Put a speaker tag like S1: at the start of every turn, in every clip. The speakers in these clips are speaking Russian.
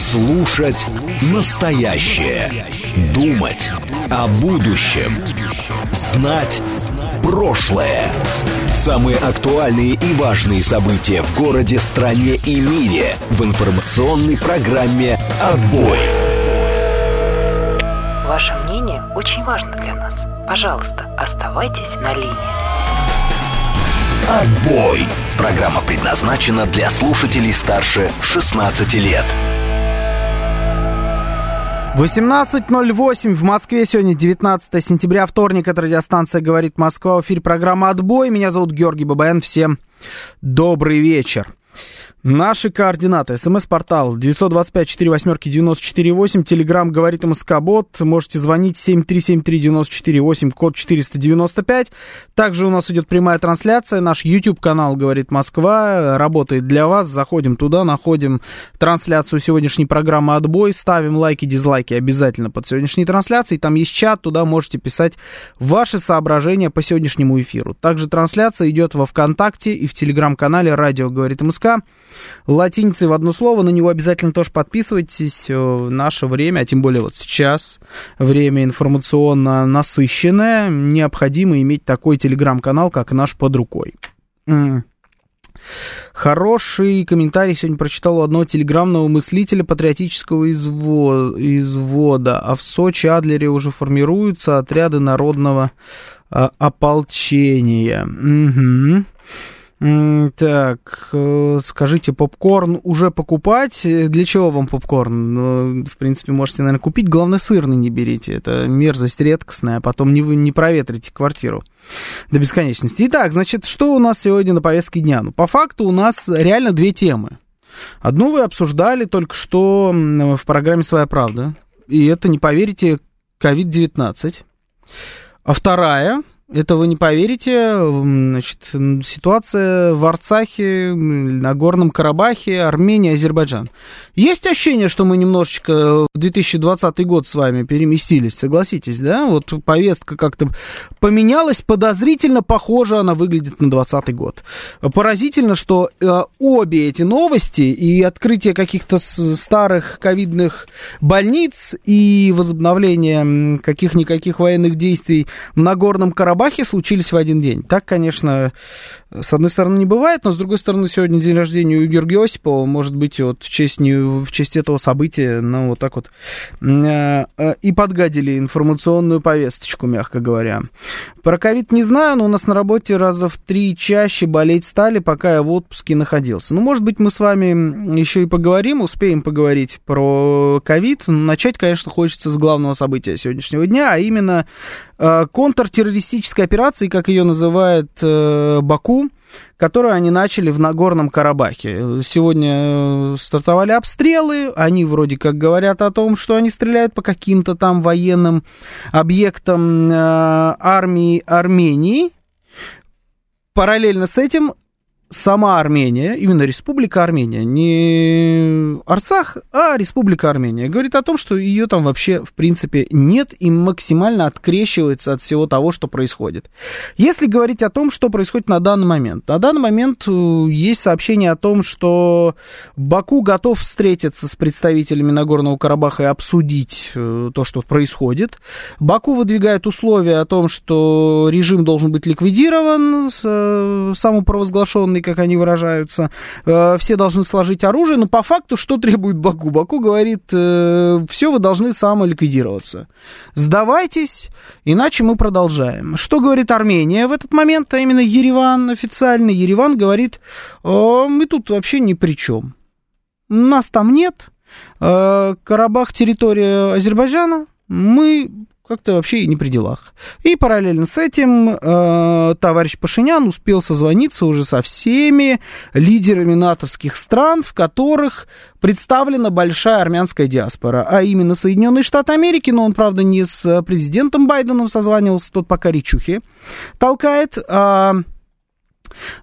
S1: Слушать настоящее. Думать о будущем. Знать прошлое. Самые актуальные и важные события в городе, стране и мире в информационной программе «Отбой».
S2: Ваше мнение очень важно для нас. Пожалуйста, оставайтесь на линии.
S1: «Отбой». Программа предназначена для слушателей старше 16 лет.
S3: 18:08 в Москве. Сегодня 19 сентября, вторник. Это радиостанция «Говорит Москва». В эфире программа «Отбой». Меня зовут Георгий Бабаян. Всем добрый вечер. Наши координаты. СМС-портал 925-48-94-8. Телеграм «Говорит МСК-бот». Можете звонить 7373948, код 495. Также у нас идет прямая трансляция. Наш YouTube-канал «Говорит Москва» работает для вас. Заходим туда, находим трансляцию сегодняшней программы «Отбой». Ставим лайки, дизлайки обязательно под сегодняшней трансляцией. Там есть чат, туда можете писать ваши соображения по сегодняшнему эфиру. Также трансляция идет во ВКонтакте и в Телеграм-канале «Радио Говорит МСК». Латиницей в одно слово, на него обязательно тоже подписывайтесь. Наше время, а тем более вот сейчас, время информационно насыщенное, необходимо иметь такой телеграм-канал, как наш, под рукой. Хороший комментарий сегодня прочитал у одного телеграмного мыслителя патриотического извода. А в Сочи, Адлере уже формируются отряды народного ополчения. Угу. Так, скажите, попкорн уже покупать? Для чего вам попкорн? В принципе, можете, наверное, купить. Главное, сырный не берите. Это мерзость редкостная, а потом не проветрите квартиру до бесконечности. Итак, значит, что у нас сегодня на повестке дня? Ну, по факту у нас реально две темы. Одну вы обсуждали только что в программе «Своя правда». И это, не поверите, COVID-19. А вторая... Это вы не поверите, значит, ситуация в Арцахе, Нагорном Карабахе, Армения, Азербайджан. Есть ощущение, что мы немножечко в 2020 год с вами переместились, согласитесь, да? Вот повестка как-то поменялась, подозрительно похоже она выглядит на 2020 год. Поразительно, что обе эти новости, и открытие каких-то старых ковидных больниц, и возобновление каких-никаких военных действий в Нагорном Карабахе, случились в один день. Так, конечно, с одной стороны не бывает, но с другой стороны сегодня день рождения у Георгия Осипова, может быть, вот в честь этого события, ну, вот так вот и подгадили информационную повесточку, мягко говоря. Про ковид не знаю, но у нас на работе раза в 3 чаще болеть стали, пока я в отпуске находился. Ну, может быть, мы с вами еще и поговорим, успеем поговорить про ковид. Начать, конечно, хочется с главного события сегодняшнего дня, а именно контртеррористической операции, как ее называет Баку, которую они начали в Нагорном Карабахе. Сегодня стартовали обстрелы, они вроде как говорят о том, что они стреляют по каким-то там военным объектам армии Армении. Параллельно с этим сама Армения, именно Республика Армения, не Арцах, а Республика Армения, говорит о том, что ее там вообще, в принципе, нет и максимально открещивается от всего того, что происходит. Если говорить о том, что происходит на данный момент есть сообщение о том, что Баку готов встретиться с представителями Нагорного Карабаха и обсудить то, что происходит. Баку выдвигает условия о том, что режим должен быть ликвидирован, самопровозглашенный, как они выражаются, все должны сложить оружие, но по факту что требует Баку? Баку говорит, все, вы должны самоликвидироваться. Сдавайтесь, иначе мы продолжаем. Что говорит Армения в этот момент, а именно Ереван официальный? Ереван говорит, мы тут вообще ни при чем. Нас там нет, Карабах территория Азербайджана, мы как-то вообще и не при делах. И параллельно с этим товарищ Пашинян успел созвониться уже со всеми лидерами натовских стран, в которых представлена большая армянская диаспора, а именно Соединенные Штаты Америки, но он, правда, не с президентом Байденом созванивался, тот пока речухи толкает,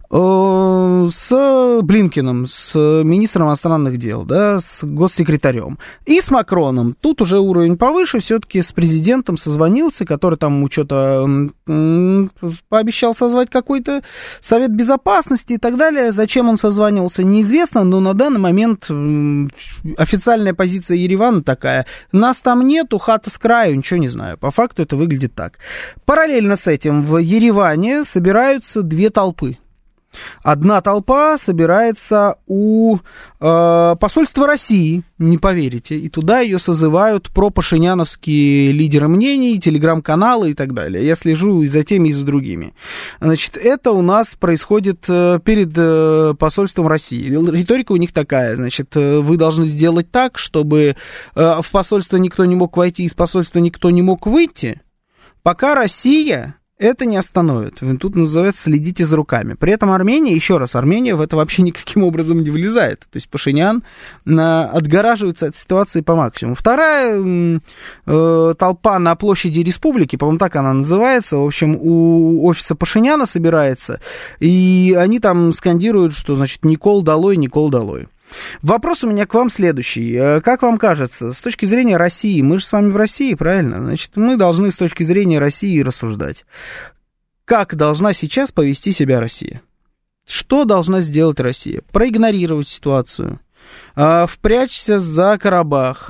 S3: с Блинкеном, с министром иностранных дел, да, с госсекретарем. И с Макроном. Тут уже уровень повыше, все-таки с президентом созвонился, который там ему что-то пообещал созвать какой-то совет безопасности и так далее. Зачем он созванивался, неизвестно, но на данный момент официальная позиция Еревана такая. Нас там нету, хата с краю, ничего не знаю. По факту это выглядит так. Параллельно с этим в Ереване собираются две толпы. Одна толпа собирается у посольства России, не поверите, и туда ее созывают пропашиняновские лидеры мнений, телеграм-каналы и так далее. Я слежу и за теми, и за другими. Значит, это у нас происходит перед посольством России. Риторика у них такая, значит, вы должны сделать так, чтобы в посольство никто не мог войти, из посольства никто не мог выйти, пока Россия это не остановит. Тут называется «следите за руками». При этом Армения, еще раз, Армения в это вообще никаким образом не влезает. То есть Пашинян отгораживается от ситуации по максимуму. Вторая толпа на площади Республики, по-моему, так она называется, в общем, у офиса Пашиняна собирается, и они там скандируют, что, значит, «Никол долой, Никол долой». Вопрос у меня к вам следующий. Как вам кажется, с точки зрения России, мы же с вами в России, правильно? Значит, мы должны с точки зрения России рассуждать. Как должна сейчас повести себя Россия? Что должна сделать Россия? Проигнорировать ситуацию? Впрячься за Карабах?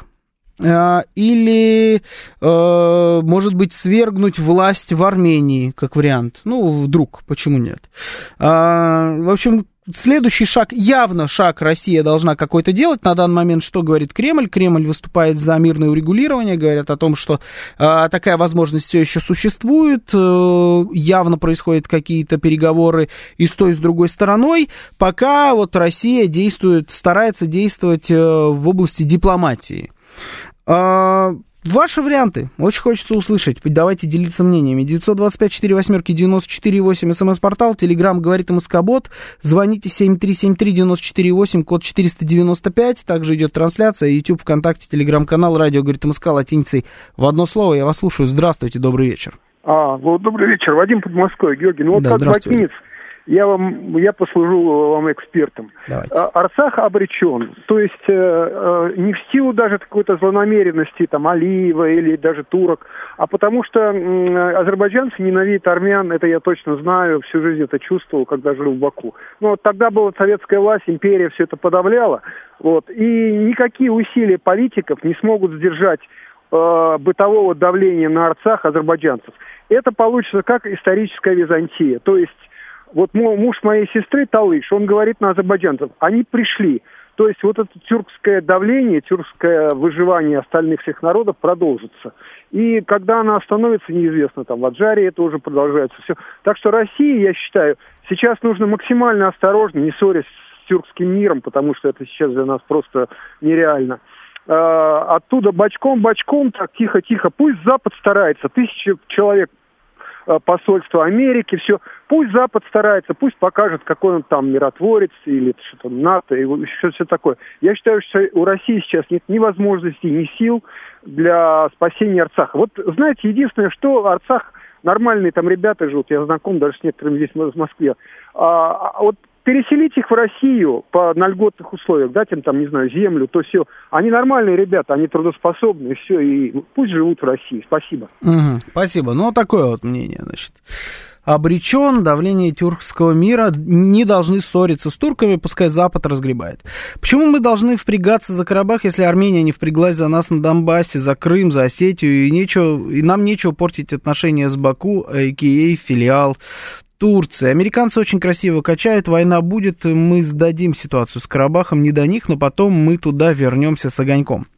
S3: Или, может быть, свергнуть власть в Армении, как вариант? Ну, вдруг, почему нет? В общем, следующий шаг, явно шаг Россия должна какой-то делать. На данный момент что говорит Кремль? Кремль выступает за мирное урегулирование, говорят о том, что такая возможность все еще существует, явно происходят какие-то переговоры и с той, и с другой стороной, пока вот Россия действует, старается действовать в области дипломатии. Ваши варианты. Очень хочется услышать. Давайте делиться мнениями. 925-48-94-8, смс-портал, телеграм говорит МСК-бот. Звоните 7373-94-8, код 495. Также идет трансляция. YouTube, ВКонтакте, телеграм-канал, радио говорит МСК латиницей в одно слово. Я вас слушаю. Здравствуйте, добрый вечер.
S4: Вот добрый вечер. Вадим Подмосковье. Георгий, ну вот
S3: да,
S4: как латинец, я послужу вам экспертом.
S3: Давайте.
S4: Арцах обречен. То есть не в силу даже какой-то злонамеренности там Алиева или даже турок, а потому что азербайджанцы ненавидят армян, это я точно знаю, всю жизнь это чувствовал, когда жил в Баку. Но вот тогда была советская власть, империя все это подавляла, вот, и никакие усилия политиков не смогут сдержать бытового давления на Арцах азербайджанцев. Это получится как историческая Византия, то есть вот муж моей сестры, Талыш, он говорит на азербайджанцев, они пришли. То есть вот это тюркское давление, тюркское выживание остальных всех народов продолжится. И когда она остановится, неизвестно, там в Аджаре это уже продолжается все. Так что России, я считаю, сейчас нужно максимально осторожно, не ссорясь с тюркским миром, потому что это сейчас для нас просто нереально. Оттуда бочком, так тихо-тихо, пусть Запад старается, 1000 человек, посольство Америки, все. Пусть Запад старается, пусть покажет, какой он там миротворец или что-то НАТО, и все такое. Я считаю, что у России сейчас нет ни возможностей, ни сил для спасения Арцаха. Вот, знаете, единственное, что Арцах, нормальные там ребята живут, я знаком даже с некоторыми здесь в Москве, вот переселить их в Россию на льготных условиях, дать им там, не знаю, землю, то все. Они нормальные ребята, они трудоспособны, и все, и пусть живут в России. Спасибо.
S3: Спасибо. Ну, такое вот мнение, значит. Обречен, давление тюркского мира, не должны ссориться с турками, пускай Запад разгребает. Почему мы должны впрягаться за Карабах, если Армения не впряглась за нас на Донбассе, за Крым, за Осетию, и нам нечего портить отношения с Баку, а.к.а. филиал Турции. Американцы очень красиво качают, война будет, мы сдадим ситуацию с Карабахом, не до них, но потом мы туда вернемся с огоньком.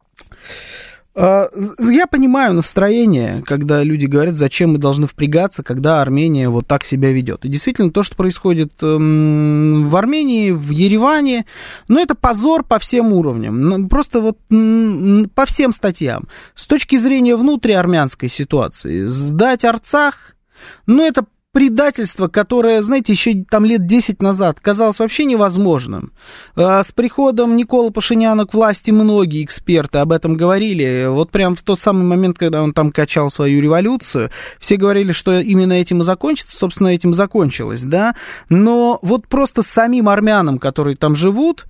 S3: Я понимаю настроение, когда люди говорят, зачем мы должны впрягаться, когда Армения вот так себя ведет. И действительно, то, что происходит в Армении, в Ереване, ну, это позор по всем уровням, просто вот по всем статьям. С точки зрения внутриармянской ситуации, сдать Арцах, ну, это предательство, которое, знаете, еще там лет 10 назад казалось вообще невозможным. С приходом Николы Пашиняна к власти многие эксперты об этом говорили. Вот прям в тот самый момент, когда он там качал свою революцию, все говорили, что именно этим и закончится, собственно, этим закончилось, да. Но вот просто самим армянам, которые там живут,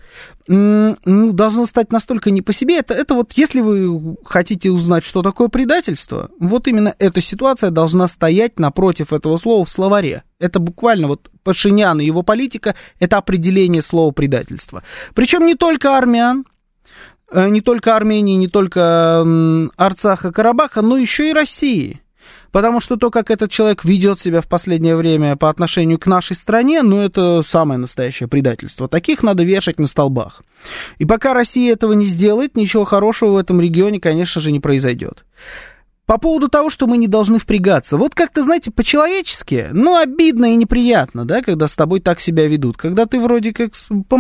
S3: должно стать настолько не по себе. Это вот, если вы хотите узнать, что такое предательство, вот именно эта ситуация должна стоять напротив этого слова в словаре. Это буквально вот Пашинян и его политика, это определение слова предательства. Причем не только армян, не только Армении, не только Арцаха, Карабаха, но еще и России. Потому что то, как этот человек ведет себя в последнее время по отношению к нашей стране, ну, это самое настоящее предательство. Таких надо вешать на столбах. И пока Россия этого не сделает, ничего хорошего в этом регионе, конечно же, не произойдет. По поводу того, что мы не должны впрягаться. Вот как-то, знаете, по-человечески, ну, обидно и неприятно, да, когда с тобой так себя ведут. Когда ты вроде как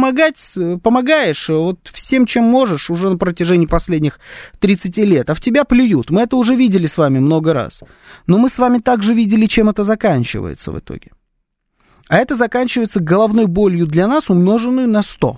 S3: помогаешь вот всем, чем можешь, уже на протяжении последних 30 лет, а в тебя плюют. Мы это уже видели с вами много раз. Но мы с вами также видели, чем это заканчивается в итоге. А это заканчивается головной болью для нас, умноженной на 100.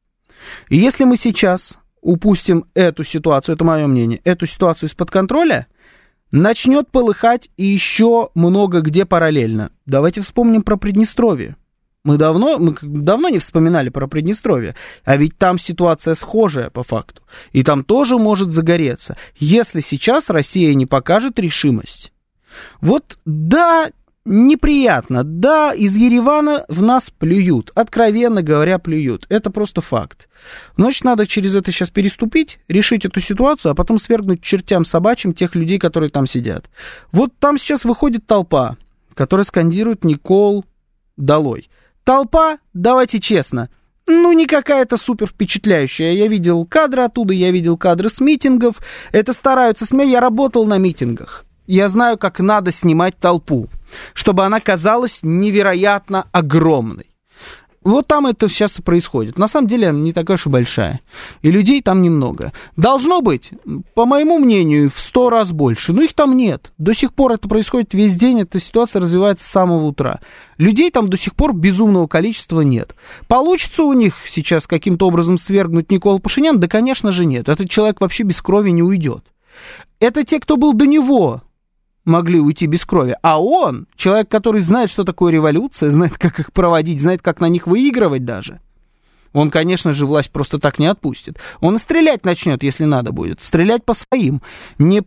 S3: И если мы сейчас упустим эту ситуацию, это мое мнение, эту ситуацию из-под контроля, начнет полыхать и еще много где параллельно. Давайте вспомним про Приднестровье. Мы давно не вспоминали про Приднестровье, а ведь там ситуация схожая по факту. И там тоже может загореться, если сейчас Россия не покажет решимость. Вот да, неприятно, да, из Еревана в нас плюют, откровенно говоря, плюют. Это просто факт. Значит, надо через это сейчас переступить, решить эту ситуацию, а потом свергнуть чертям собачьим тех людей, которые там сидят. Вот там сейчас выходит толпа, которая скандирует «Никол, долой». Толпа, давайте честно, ну, не какая-то супер впечатляющая. Я видел кадры оттуда, я видел кадры с митингов. Это стараются снимать. Я работал на митингах. Я знаю, как надо снимать толпу, чтобы она казалась невероятно огромной. Вот там это сейчас и происходит. На самом деле она не такая уж и большая. И людей там немного. Должно быть, по моему мнению, в 100 раз больше. Но их там нет. До сих пор это происходит весь день. Эта ситуация развивается с самого утра. Людей там до сих пор безумного количества нет. Получится у них сейчас каким-то образом свергнуть Николу Пашинян? Да, конечно же, нет. Этот человек вообще без крови не уйдет. Это те, кто был до него, могли уйти без крови. А он, человек, который знает, что такое революция, знает, как их проводить, знает, как на них выигрывать даже, он, конечно же, власть просто так не отпустит. Он и стрелять начнет, если надо будет. Стрелять по своим. Не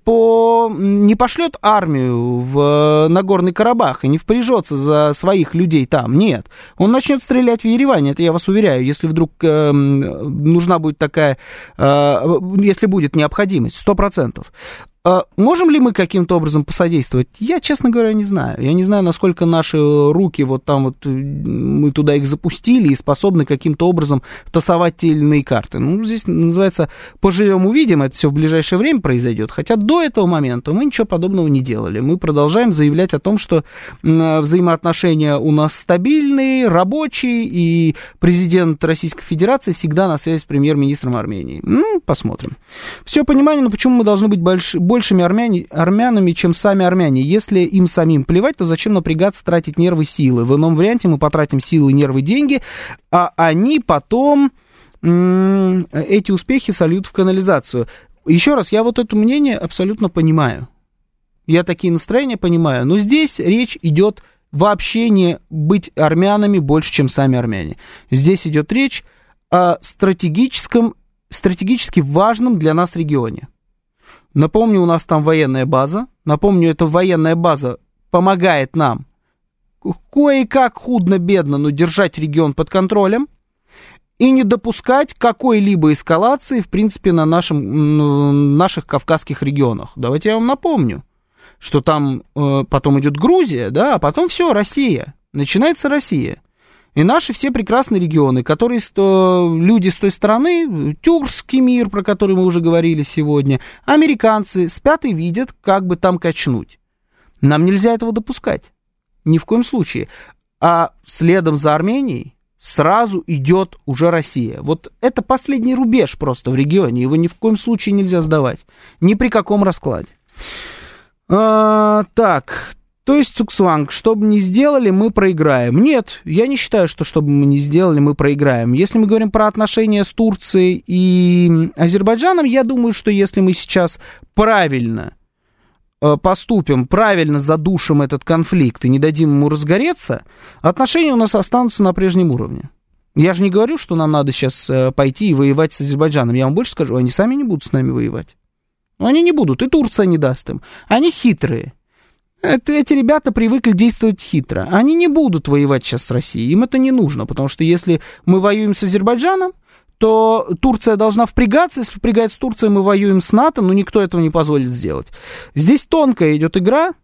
S3: пошлет армию в Нагорный Карабах и не впряжется за своих людей там. Нет. Он начнет стрелять в Ереване, это я вас уверяю, если вдруг нужна будет такая, если будет необходимость, 100%. Можем ли мы каким-то образом посодействовать? Я, честно говоря, не знаю. Я не знаю, насколько наши руки вот там вот, мы туда их запустили и способны каким-то образом тасовать те или иные карты. Ну, здесь называется поживем увидим, это все в ближайшее время произойдет. Хотя до этого момента мы ничего подобного не делали. Мы продолжаем заявлять о том, что взаимоотношения у нас стабильные, рабочие, и президент Российской Федерации всегда на связи с премьер-министром Армении. Посмотрим. Все понимание, но почему мы должны быть большими армянами, чем сами армяне? Если им самим плевать, то зачем напрягаться, тратить нервы, силы? В ином варианте мы потратим силы, нервы, деньги, а они потом эти успехи сольют в канализацию. Еще раз, я вот это мнение абсолютно понимаю. Я такие настроения понимаю. Но здесь речь идет вообще не быть армянами больше, чем сами армяне. Здесь идет речь о стратегически важном для нас регионе. Напомню, у нас там военная база. Напомню, эта военная база помогает нам кое-как худо-бедно, но держать регион под контролем и не допускать какой-либо эскалации, в принципе, на наших кавказских регионах. Давайте я вам напомню, что там потом идет Грузия, да, а потом все, Россия. Начинается Россия. И наши все прекрасные регионы, которые люди с той стороны, тюркский мир, про который мы уже говорили сегодня, американцы спят и видят, как бы там качнуть. Нам нельзя этого допускать. Ни в коем случае. А следом за Арменией сразу идет уже Россия. Вот это последний рубеж просто в регионе. Его ни в коем случае нельзя сдавать. Ни при каком раскладе. Так... То есть, Цуксванг, что бы ни сделали, мы проиграем. Нет, я не считаю, что бы мы ни сделали, мы проиграем. Если мы говорим про отношения с Турцией и Азербайджаном, я думаю, что если мы сейчас правильно поступим, правильно задушим этот конфликт и не дадим ему разгореться, отношения у нас останутся на прежнем уровне. Я же не говорю, что нам надо сейчас пойти и воевать с Азербайджаном. Я вам больше скажу, они сами не будут с нами воевать. Они не будут, и Турция не даст им. Они хитрые. Эти ребята привыкли действовать хитро. Они не будут воевать сейчас с Россией. Им это не нужно, потому что если мы воюем с Азербайджаном, то Турция должна впрягаться. Если впрягается Турция, мы воюем с НАТО, но никто этого не позволит сделать. Здесь тонкая идет игра,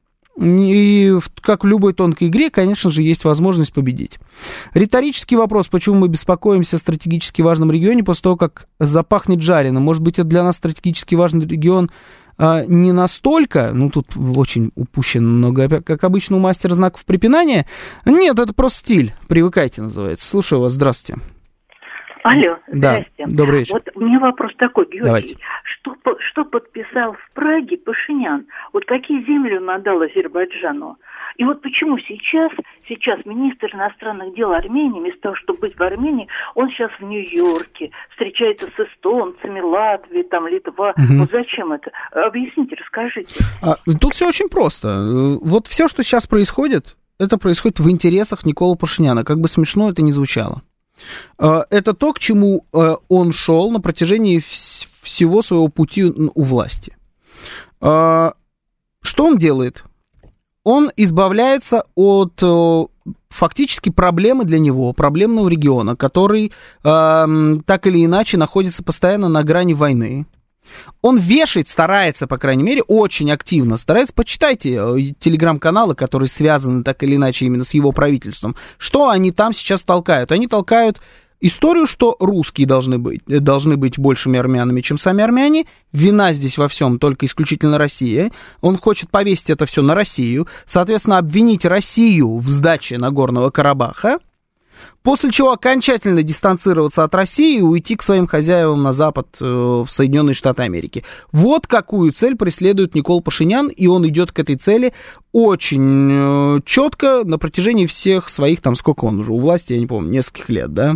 S3: и как в любой тонкой игре, конечно же, есть возможность победить. Риторический вопрос, почему мы беспокоимся о стратегически важном регионе после того, как запахнет жареным. Может быть, это для нас стратегически важный регион не настолько, ну, тут очень упущено много, как обычно у мастера знаков препинания. Нет, это просто стиль, привыкайте, называется. Слушаю вас, здравствуйте.
S5: Алло, здрасте.
S3: Да, добрый вечер.
S5: Вот у меня вопрос такой, Георгий.
S3: Давайте.
S5: Что подписал в Праге Пашинян? Вот какие земли он отдал Азербайджану? И вот почему сейчас министр иностранных дел Армении, вместо того, чтобы быть в Армении, он сейчас в Нью-Йорке, встречается с эстонцами, Латвией, там, Литва. Угу. Вот зачем это? Объясните, расскажите.
S3: Тут все очень просто. Вот все, что сейчас происходит, это происходит в интересах Николы Пашиняна, как бы смешно это ни звучало. Это то, к чему он шел на протяжении всего своего пути у власти. Что он делает? Он избавляется от фактически проблемы для него, проблемного региона, который так или иначе находится постоянно на грани войны. Он вешает, старается, по крайней мере, очень активно старается. Почитайте телеграм-каналы, которые связаны так или иначе именно с его правительством. Что они там сейчас толкают? Они толкают историю, что русские должны быть большими армянами, чем сами армяне. Вина здесь во всем только исключительно Россия. Он хочет повесить это все на Россию. Соответственно, обвинить Россию в сдаче Нагорного Карабаха. После чего окончательно дистанцироваться от России и уйти к своим хозяевам на Запад, в Соединенные Штаты Америки. Вот какую цель преследует Никол Пашинян, и он идет к этой цели очень четко на протяжении всех своих, там, сколько он уже у власти, я не помню, нескольких лет, да.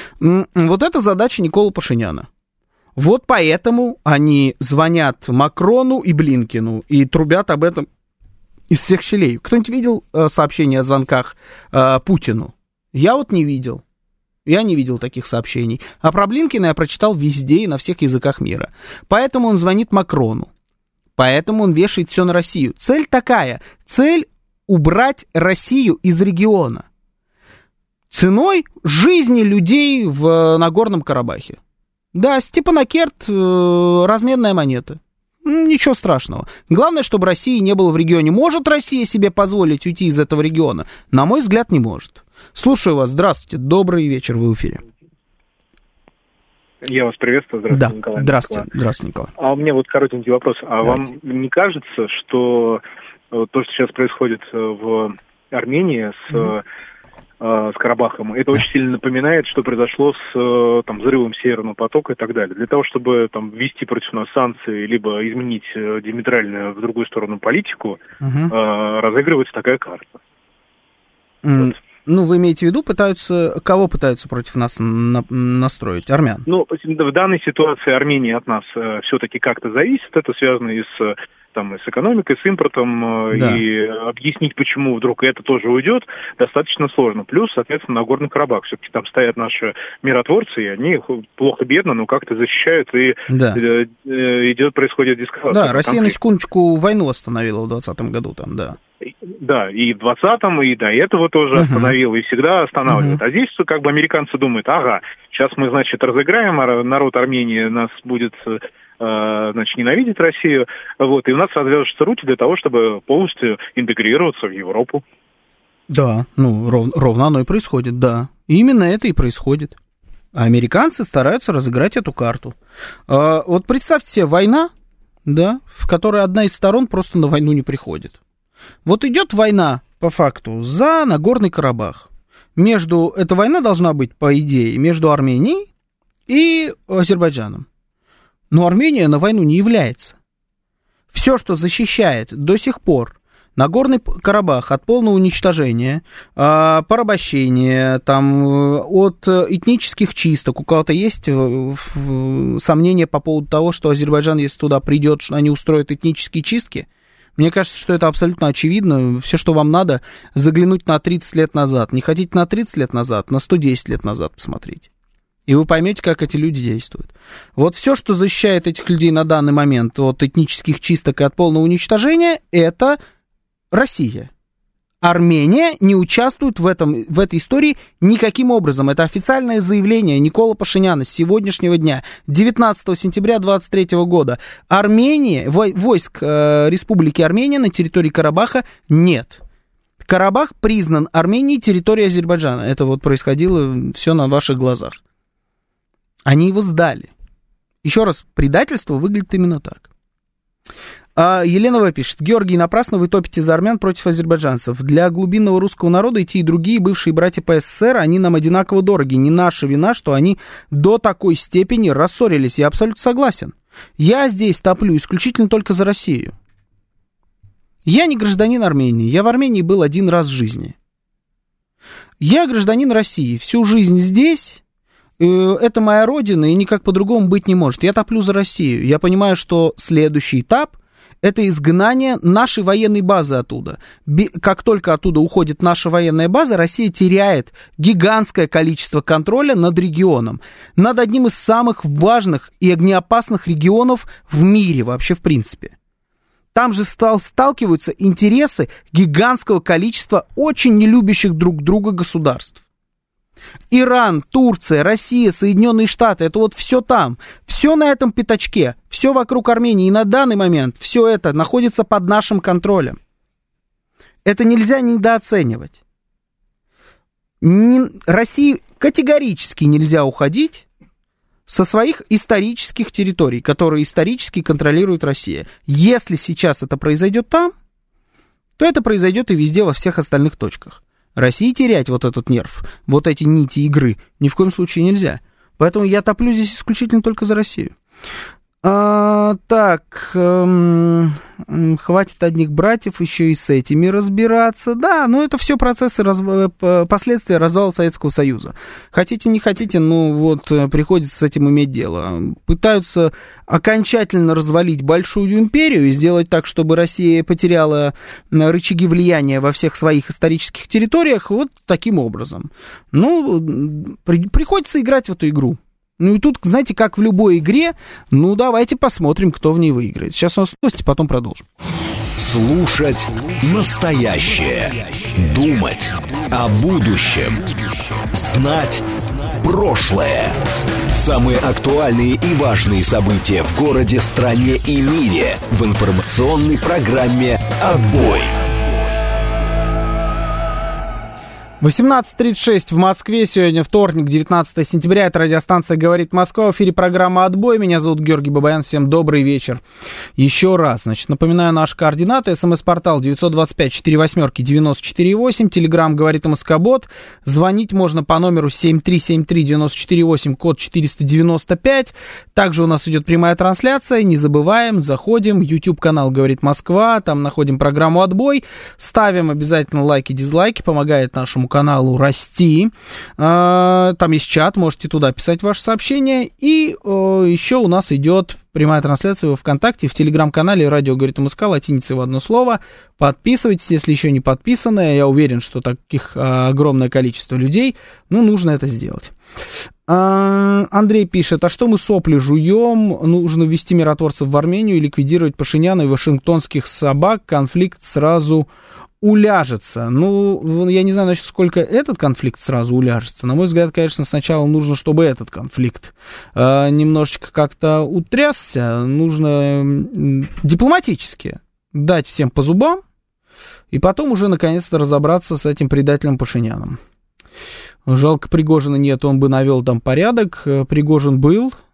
S3: Вот это задача Никола Пашиняна. Вот поэтому они звонят Макрону и Блинкену и трубят об этом из всех щелей. Кто-нибудь видел сообщения о звонках Путину? Я вот не видел. Я не видел таких сообщений. А про Блинкена я прочитал везде и на всех языках мира. Поэтому он звонит Макрону. Поэтому он вешает все на Россию. Цель такая. Цель убрать Россию из региона. Ценой жизни людей в Нагорном Карабахе. Да, Степанакерт разменная монета. Ничего страшного. Главное, чтобы России не было в регионе. Может Россия себе позволить уйти из этого региона? На мой взгляд, не может. Слушаю вас. Здравствуйте. Добрый вечер. Вы в эфире.
S6: Я вас приветствую. Здравствуйте, Николай.
S3: Здравствуйте. Здравствуйте, Николай.
S6: А у меня вот коротенький вопрос. А давайте. Вам не кажется, что то, что сейчас происходит в Армении с Карабахом, это очень сильно напоминает, что произошло с там, взрывом Северного потока и так далее. Для того, чтобы там, ввести против нас санкции, либо изменить диаметрально в другую сторону политику, разыгрывается такая карта. Вот.
S3: Ну, вы имеете в виду, кого пытаются против нас настроить? Армян?
S6: Ну, в данной ситуации Армения от нас все-таки как-то зависит. Это связано и с экономикой, с импортом, да. И объяснить, почему вдруг это тоже уйдет, достаточно сложно. Плюс, соответственно, Нагорный Карабах. Все-таки там стоят наши миротворцы, и они плохо-бедно, но как-то защищают, и да. Происходит дискуссия.
S3: Да, Россия на секундочку войну остановила в 2020 году там, да.
S6: Да, и в 2020-м, и до этого тоже остановила, и всегда останавливает. А здесь как бы американцы думают, сейчас мы, значит, разыграем, а народ Армении нас будет, ненавидеть Россию, вот, и у нас развяжутся руки для того, чтобы полностью интегрироваться в Европу.
S3: Да, ровно оно и происходит, да. Именно это и происходит. А американцы стараются разыграть эту карту. Вот представьте себе, война, да, в которой одна из сторон просто на войну не приходит. Вот идет война, по факту, за Нагорный Карабах. Эта война должна быть, по идее, между Арменией и Азербайджаном. Но Армения на войну не является. Все, что защищает до сих пор Нагорный Карабах от полного уничтожения, порабощения, там, от этнических чисток. У кого-то есть сомнения по поводу того, что Азербайджан, если туда придет, они устроят этнические чистки? Мне кажется, что это абсолютно очевидно. Все, что вам надо, заглянуть на 30 лет назад. Не хотите на 30 лет назад, на 110 лет назад посмотрите. И вы поймете, как эти люди действуют. Вот все, что защищает этих людей на данный момент от этнических чисток и от полного уничтожения, это Россия. Армения не участвует в этой истории никаким образом. Это официальное заявление Никола Пашиняна с сегодняшнего дня, 19 сентября 2023 года. Армении, войск Республики Армения на территории Карабаха нет. Карабах признан Арменией территорией Азербайджана. Это вот происходило все на ваших глазах. Они его сдали. Еще раз, предательство выглядит именно так. Елена В. пишет: Георгий, напрасно вы топите за армян против азербайджанцев. Для глубинного русского народа и те, и другие бывшие братья по СССР, они нам одинаково дороги. Не наша вина, что они до такой степени рассорились. Я абсолютно согласен. Я здесь топлю исключительно только за Россию. Я не гражданин Армении. Я в Армении был один раз в жизни. Я гражданин России. Всю жизнь здесь. Это моя родина, и никак по-другому быть не может. Я топлю за Россию. Я понимаю, что следующий этап — это изгнание нашей военной базы оттуда. Как только оттуда уходит наша военная база, Россия теряет гигантское количество контроля над регионом. Над одним из самых важных и огнеопасных регионов в мире вообще в принципе. Там же сталкиваются интересы гигантского количества очень нелюбящих друг друга государств. Иран, Турция, Россия, Соединенные Штаты, это вот все там, все на этом пятачке, все вокруг Армении, и на данный момент все это находится под нашим контролем. Это нельзя недооценивать. России категорически нельзя уходить со своих исторических территорий, которые исторически контролирует Россия. Если сейчас это произойдет там, то это произойдет и везде, во всех остальных точках. России терять вот этот нерв, вот эти нити игры ни в коем случае нельзя. Поэтому я топлю здесь исключительно только за Россию. Хватит одних братьев еще и с этими разбираться. Да, но это все процессы, последствия развала Советского Союза. Хотите, не хотите, ну вот приходится с этим иметь дело. Пытаются окончательно развалить большую империю и сделать так, чтобы Россия потеряла рычаги влияния во всех своих исторических территориях вот таким образом. Ну, приходится играть в эту игру. Ну и тут, знаете, как в любой игре, ну давайте посмотрим, кто в ней выиграет. Сейчас у нас новости, потом продолжим.
S1: Слушать настоящее. Думать о будущем. Знать прошлое. Самые актуальные и важные события в городе, стране и мире в информационной программе «Отбой».
S3: 18:36 в Москве, сегодня вторник, 19 сентября, это радиостанция «Говорит Москва», в эфире программа «Отбой», меня зовут Георгий Бабаян, всем добрый вечер. Еще раз, значит, напоминаю наши координаты, смс-портал 925-48-94-8, телеграмм «Говорит МСК-бот», звонить можно по номеру 7373-94-8, код 495, также у нас идет прямая трансляция, не забываем, заходим, YouTube-канал «Говорит Москва», там находим программу «Отбой», ставим обязательно лайки, дизлайки, помогает нашему каналу расти. Там есть чат, можете туда писать ваши сообщения. И еще у нас идет прямая трансляция во ВКонтакте, в Телеграм-канале «Радио говорит МСК», латиницей в одно слово. Подписывайтесь, если еще не подписаны. Я уверен, что таких огромное количество людей. Ну, нужно это сделать. Андрей пишет: а что мы сопли жуем? Нужно ввести миротворцев в Армению и ликвидировать Пашиняна и вашингтонских собак. Конфликт сразу уляжется. Ну, я не знаю, значит, сколько этот конфликт сразу уляжется. На мой взгляд, конечно, сначала нужно, чтобы этот конфликт немножечко как-то утрясся. Нужно дипломатически дать всем по зубам, и потом уже, наконец-то, разобраться с этим предателем Пашиняном. Жалко, Пригожина нет, он бы навел там порядок. Пригожин был,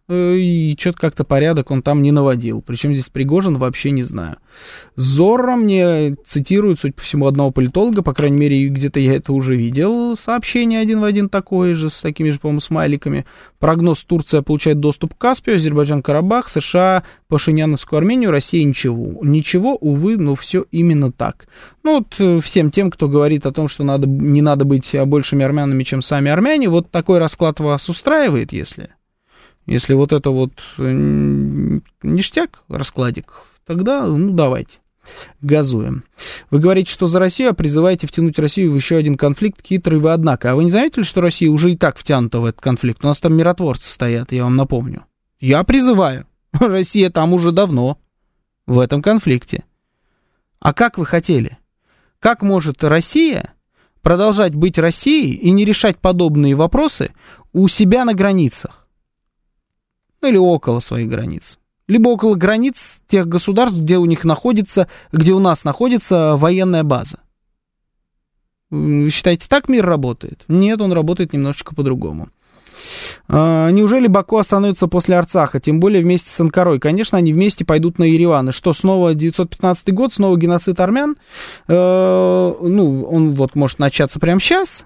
S3: и что-то как-то порядок он там не наводил. Причем здесь Пригожин, вообще не знаю. Зорро мне цитирует, судя по всему, одного политолога, по крайней мере, где-то я это уже видел, сообщение один в один такое же, с такими же, по-моему, смайликами. Прогноз: Турция получает доступ к Каспию, Азербайджан, Карабах, США, Пашиняновскую Армению, Россия ничего. Ничего, увы, но все именно так. Ну, вот всем тем, кто говорит о том, что не надо быть большими армянами, чем сами армяне, вот такой расклад вас устраивает, если вот это вот ништяк, раскладик, тогда, ну, давайте, газуем. Вы говорите, что за Россию, а призываете втянуть Россию в еще один конфликт, хитрый вы, однако. А вы не заметили, что Россия уже и так втянута в этот конфликт? У нас там миротворцы стоят, я вам напомню. Я призываю. Россия там уже давно в этом конфликте. А как вы хотели? Как может Россия продолжать быть Россией и не решать подобные вопросы у себя на границах? Ну, или около своих границ. Либо около границ тех государств, где у них находится, где у нас находится военная база. Вы считаете, так мир работает? Нет, он работает немножечко по-другому. Неужели Баку остановится после Арцаха, тем более вместе с Анкарой? Конечно, они вместе пойдут на Ереван. И что, снова 915 год, снова геноцид армян? Он вот может начаться прямо сейчас,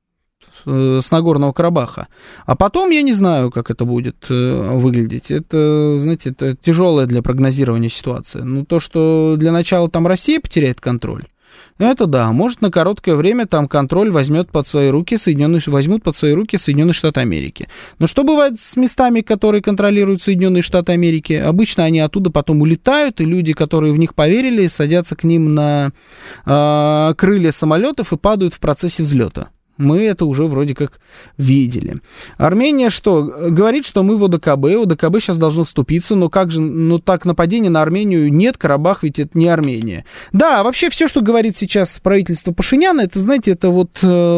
S3: с Нагорного Карабаха. А потом я не знаю, как это будет выглядеть. Это, знаете, это тяжелая для прогнозирования ситуация. Ну, то, что для начала там Россия потеряет контроль, это да, может на короткое время там контроль возьмут под свои руки Соединенные Штаты Америки. Но что бывает с местами, которые контролируют Соединенные Штаты Америки? Обычно они оттуда потом улетают, и люди, которые в них поверили, садятся к ним на крылья самолетов и падают в процессе взлета. Мы это уже вроде как видели. Армения что? Говорит, что мы в ОДКБ. ОДКБ сейчас должно вступиться, но как же, ну так нападение на Армению нет, Карабах ведь это не Армения. Да, вообще все, что говорит сейчас правительство Пашиняна, это, знаете, это вот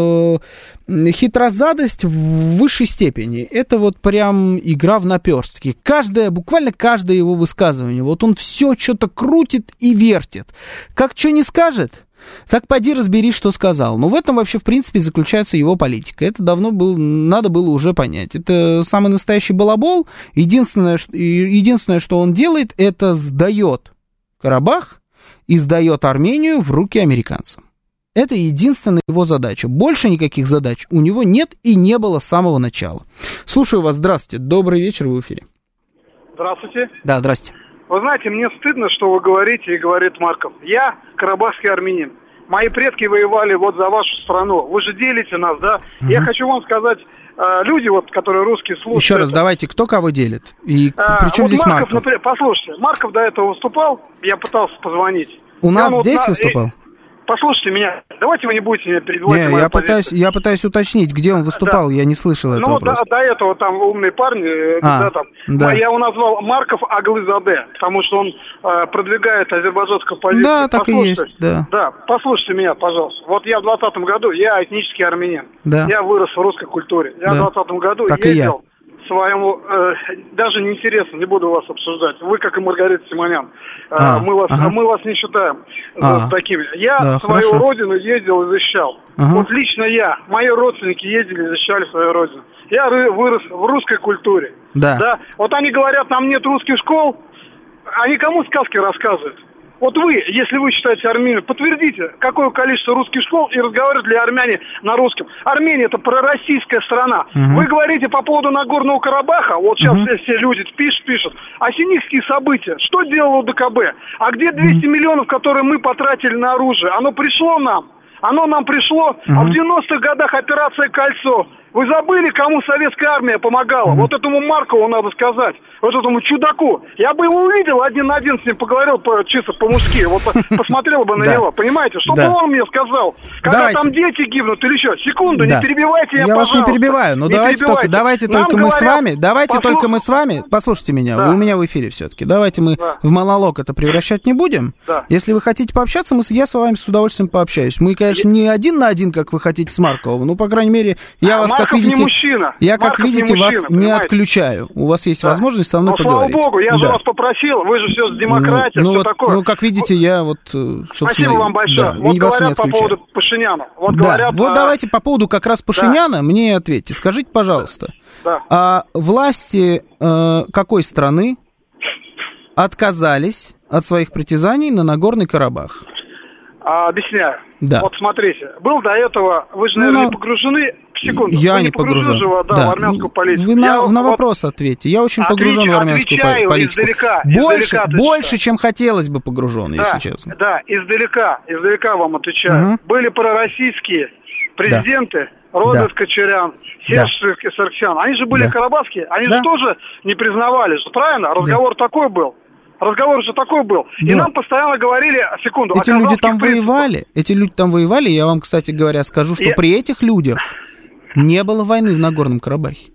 S3: хитрозадость в высшей степени. Это вот прям игра в наперстки. Буквально каждое его высказывание, вот он все что-то крутит и вертит. Как что не скажет, так поди разбери, что сказал. Но в этом вообще, в принципе, заключается его политика. Это надо было уже понять. Это самый настоящий балабол. Единственное, что он делает, это сдает Карабах и сдает Армению в руки американцам. Это единственная его задача. Больше никаких задач у него нет и не было с самого начала. Слушаю вас. Здравствуйте. Добрый вечер, вы в эфире.
S7: Здравствуйте.
S3: Да, здрасте.
S7: Вы знаете, мне стыдно, что вы говорите, и говорит Марков. Я карабахский армянин. Мои предки воевали вот за вашу страну. Вы же делите нас, да? Угу. Я хочу вам сказать, люди, вот, которые русские слушают... Еще
S3: раз, давайте, кто кого делит? И причем вот здесь Марков?
S7: Например, послушайте, Марков до этого выступал, я пытался позвонить.
S3: У нас здесь выступал?
S7: Послушайте меня, давайте вы не будете меня перебивать.
S3: Не, я пытаюсь уточнить, где он выступал, да. Я не слышал этого вопроса.
S7: До этого там умные парни, да. Я его назвал Марков Аглызаде, потому что он продвигает азербайджанскую позицию.
S3: Да, так и есть, да.
S7: Да, послушайте меня, пожалуйста. Вот я в 2020 году, я этнический армянин,
S3: да.
S7: Я вырос в русской культуре. Я в 2020 году
S3: так
S7: ездил своему, даже неинтересно, не буду вас обсуждать. Вы, как и Маргарита Симонян, мы вас не считаем такими. Я свою родину ездил и защищал. Вот лично я, мои родственники ездили и защищали свою родину. Я вырос в русской культуре.
S3: Да.
S7: Вот они говорят, там нет русских школ, они кому сказки рассказывают? Вот вы, если вы считаете Армению, подтвердите, какое количество русских школ и разговаривают ли армяне на русском. Армения – это пророссийская страна. Вы говорите по поводу Нагорного Карабаха, вот сейчас все люди пишут, а синихские события, что делало ДКБ? А где 200 миллионов, которые мы потратили на оружие? Оно пришло нам? Оно нам пришло, а в 90-х годах операция «Кольцо». Вы забыли, кому советская армия помогала? Вот этому Маркову надо сказать, вот этому чудаку. Я бы его увидел, один на один с ним поговорил чисто по-мужски, вот посмотрел бы на него, понимаете? Что бы он мне сказал? Когда там дети гибнут или что? Секунду, не перебивайте меня, пожалуйста.
S3: Я вас не перебиваю, но давайте только мы с вами, послушайте меня, вы у меня в эфире все-таки, давайте мы в монолог это превращать не будем. Если вы хотите пообщаться, я с вами с удовольствием пообщаюсь. Мы, конечно, не один на один, как вы хотите с Марковым, но, по крайней мере, я вас
S7: не мужчина.
S3: Я, как видите,
S7: не мужчина,
S3: вас не отключаю. У вас есть возможность со мной поговорить.
S7: Слава богу, я же вас попросил, вы же все с демократией, все такое.
S3: Ну, как видите, я вот, собственно...
S7: Спасибо вам большое.
S3: Да,
S7: вот говорят по поводу Пашиняна. Вот
S3: давайте по поводу как раз Пашиняна мне ответьте. Скажите, пожалуйста, власти какой страны отказались от своих притязаний на Нагорный Карабах?
S7: Объясняю.
S3: Да.
S7: Вот смотрите, был до этого, вы же, наверное, не погружены, секунду,
S3: я
S7: вы
S3: не погружен
S7: в армянскую политику.
S3: Вы на вопрос ответьте. Я очень погружен в армянскую политику. Больше, чем хотелось бы погружен, если честно.
S7: Да, издалека вам отвечаю. Были пророссийские президенты, Роберт Кочарян, Серж Сарксян. Они же были карабахские, они же тоже не признавали, правильно? Разговор такой был. И нам постоянно говорили, секунду,
S3: эти люди там воевали, я вам, кстати говоря, скажу, что при этих людях не было войны в Нагорном Карабахе.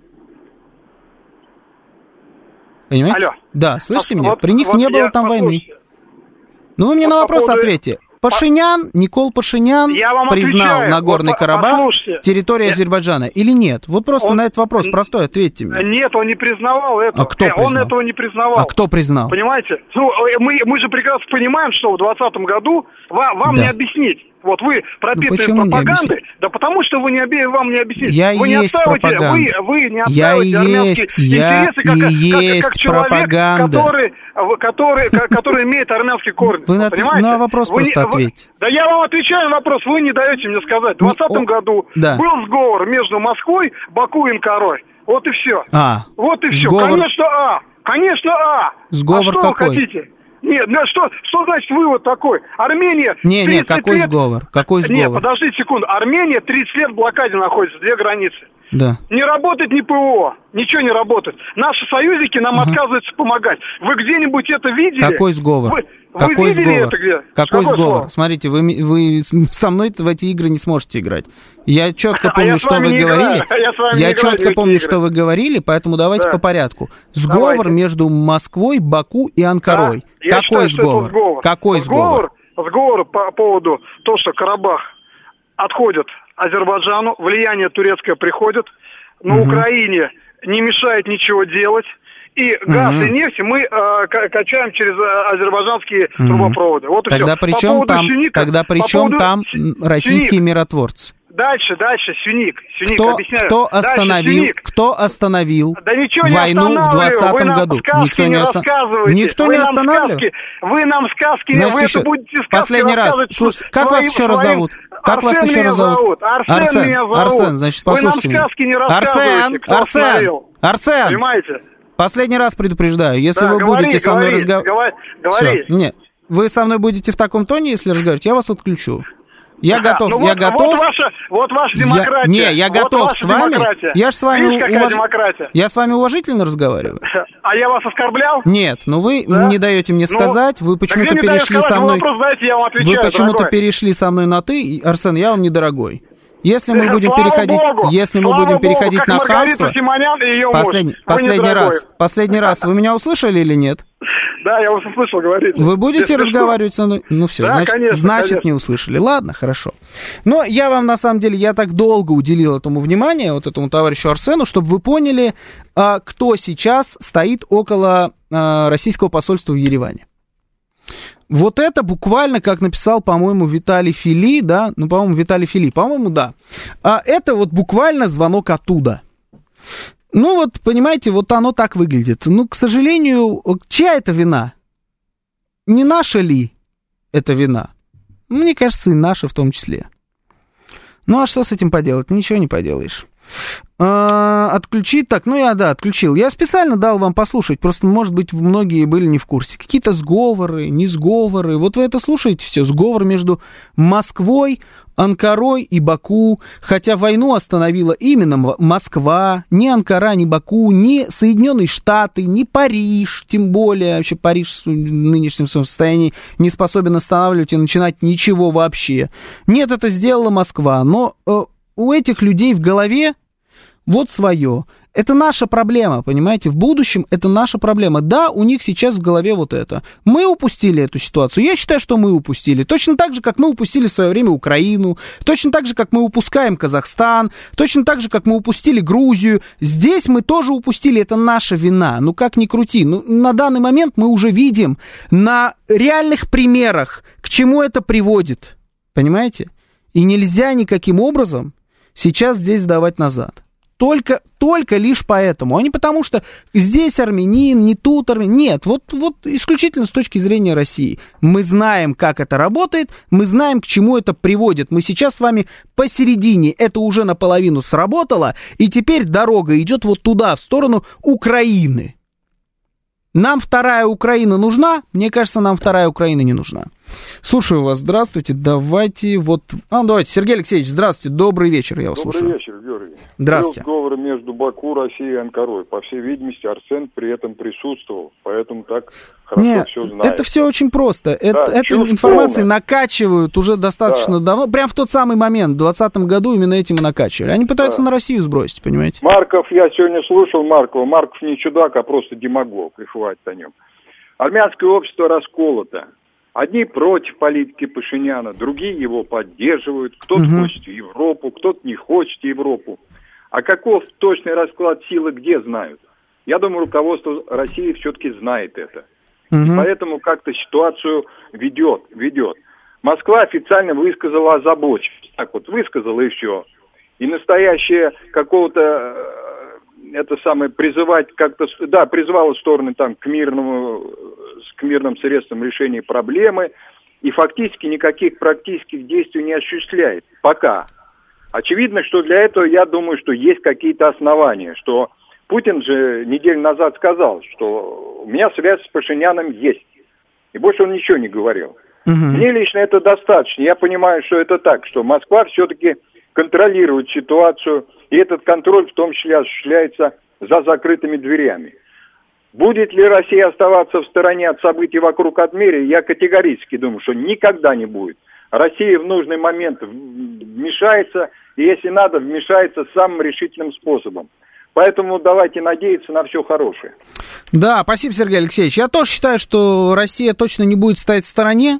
S3: Понимаете?
S7: Алло.
S3: Да, слышите меня? При них не было там войны. Ну, вы мне на вопрос ответьте. Никол Пашинян признал Нагорный Карабах территорией Азербайджана или нет? Вот просто на этот вопрос простой ответьте мне.
S7: Нет, он не признавал этого.
S3: А кто признал?
S7: Он этого не признавал.
S3: А кто признал?
S7: Понимаете? Ну, мы же прекрасно понимаем, что в 2020 году вам не объяснить. Вот вы пропитаны пропагандой, да потому что вам не объяснить. Вы не отстаиваете армянские интересы, как человек, который имеет армянский корень.
S3: Вы на вопрос просто ответьте.
S7: Да я вам отвечаю на вопрос, вы не даете мне сказать. В 2020 году был сговор между Москвой, Баку и Анкарой. Вот и все. Вот и все. Конечно,
S3: Сговор
S7: что
S3: какой?
S7: Вы хотите? Нет, что значит вывод такой? Армения...
S3: Не, какой сговор?
S7: Нет, подождите секунду. Армения 30 лет в блокаде находится, 2 границы.
S3: Да.
S7: Не работает ни ПВО, ничего не работает. Наши союзники нам отказываются помогать. Вы где-нибудь это видели?
S3: Какой сговор?
S7: Вы видели это где?
S3: Какой сговор? Смотрите, вы со мной в эти игры не сможете играть. Я четко помню, что вы говорили. Я четко помню, что вы говорили, поэтому давайте по порядку. Сговор между Москвой, Баку и Анкарой. Какой сговор? Какой сговор?
S7: Сговор по поводу того, что Карабах отходит Азербайджану, влияние турецкое приходит, на Украине не мешает ничего делать, и газ и нефть мы качаем через азербайджанские трубопроводы. Вот и
S3: тогда при чем там российские миротворцы?
S7: Дальше, Сюник, объясняю.
S3: Кто остановил войну в 2020 году? Никто не останавливал?
S7: Вы нам сказки, вы это будете сказки
S3: последний раз. Слушайте, как вас еще раз зовут?
S7: Арсен меня зовут.
S3: Арсен, значит, послушайте меня.
S7: Вы нам сказки не рассказываете, кто остановил.
S3: Арсен!
S7: Понимаете?
S3: Последний раз предупреждаю, если вы будете со мной разговаривать... Нет, вы со мной будете в таком тоне, если разговаривать, я вас отключу. Я готов.
S7: Вот ваша демократия.
S3: Я готов с вами.
S7: Демократия.
S3: Я же с вами...
S7: Видишь, какая демократия?
S3: Я с вами уважительно разговариваю.
S7: А я вас оскорблял?
S3: Нет, вы не даете мне сказать, вы почему-то перешли со мной... Вы почему-то перешли со мной на «ты», Арсен, я вам недорогой. Если мы будем переходить на хамство... Последний раз. Вы меня услышали или нет?
S7: Да, я вас услышал, говорите.
S3: Вы будете разговаривать со мной? Ну все,
S7: да,
S3: значит, не услышали. Ладно, хорошо. Но я вам, на самом деле, я так долго уделил этому внимание, вот этому товарищу Арсену, чтобы вы поняли, кто сейчас стоит около российского посольства в Ереване. Вот это буквально, как написал, по-моему, Виталий Фили, да? Ну, по-моему, Виталий Фили, по-моему, да. Это вот буквально звонок оттуда. Ну, вот, понимаете, вот оно так выглядит. Ну, к сожалению, чья это вина? Не наша ли это вина? Мне кажется, и наша в том числе. Ну, а что с этим поделать? Ничего не поделаешь. Отключить, так, отключил. Я специально дал вам послушать, просто, может быть, многие были не в курсе. Какие-то сговоры, не сговоры. Вот вы это слушаете все. Сговор между Москвой, Анкарой и Баку. Хотя войну остановила именно Москва, ни Анкара, ни Баку, ни Соединенные Штаты, ни Париж, тем более. Вообще Париж в нынешнем своем состоянии не способен останавливать и начинать ничего вообще. Нет, это сделала Москва. Но у этих людей в голове вот свое. Это наша проблема, понимаете? В будущем это наша проблема. Да, у них сейчас в голове вот это. Мы упустили эту ситуацию. Я считаю, что мы упустили. Точно так же, как мы упустили в свое время Украину. Точно так же, как мы упускаем Казахстан. Точно так же, как мы упустили Грузию. Здесь мы тоже упустили. Это наша вина. Ну, как ни крути. Ну, на данный момент мы уже видим на реальных примерах, к чему это приводит. Понимаете? И нельзя никаким образом сейчас здесь сдавать назад. Только лишь поэтому, а не потому, что здесь армянин, не тут армянин. Нет, вот исключительно с точки зрения России. Мы знаем, как это работает, мы знаем, к чему это приводит. Мы сейчас с вами посередине, это уже наполовину сработало, и теперь дорога идет вот туда, в сторону Украины. Нам вторая Украина нужна? Мне кажется, нам вторая Украина не нужна. Слушаю вас, здравствуйте, давайте, Сергей Алексеевич, здравствуйте, добрый вечер, я вас слушаю.
S8: Добрый вечер, Георгий.
S3: Здравствуйте.
S8: Договор между Баку, Россией и Анкарой. По всей видимости, Арсен при этом присутствовал, поэтому так хорошо все знает. Это
S3: все очень просто. Эту информацию накачивают уже достаточно давно, прям в тот самый момент, в 2020 году именно этим и накачивали. Они пытаются на Россию сбросить, понимаете?
S8: Марков, я сегодня слушал Маркова. Марков не чудак, а просто демагог, и хватит о нем. Армянское общество расколото. Одни против политики Пашиняна, другие его поддерживают. Кто-то хочет в Европу, кто-то не хочет в Европу. А каков точный расклад силы, где знают? Я думаю, руководство России все-таки знает это. И поэтому как-то ситуацию ведет. Москва официально высказала озабоченность. Так вот, высказала и все. И настоящее какого-то, призывать как-то, призывала стороны там к мирным средствам решения проблемы, и фактически никаких практических действий не осуществляет. Пока. Очевидно, что для этого, я думаю, что есть какие-то основания, что Путин же неделю назад сказал, что у меня связь с Пашиняном есть. И больше он ничего не говорил. Мне лично это достаточно. Я понимаю, что это так, что Москва все-таки контролирует ситуацию, и этот контроль в том числе осуществляется за закрытыми дверями. Будет ли Россия оставаться в стороне от событий вокруг Адмирии, я категорически думаю, что никогда не будет. Россия в нужный момент вмешается, и если надо, вмешается самым решительным способом. Поэтому давайте надеяться на все хорошее.
S3: Да, спасибо, Сергей Алексеевич. Я тоже считаю, что Россия точно не будет стоять в стороне.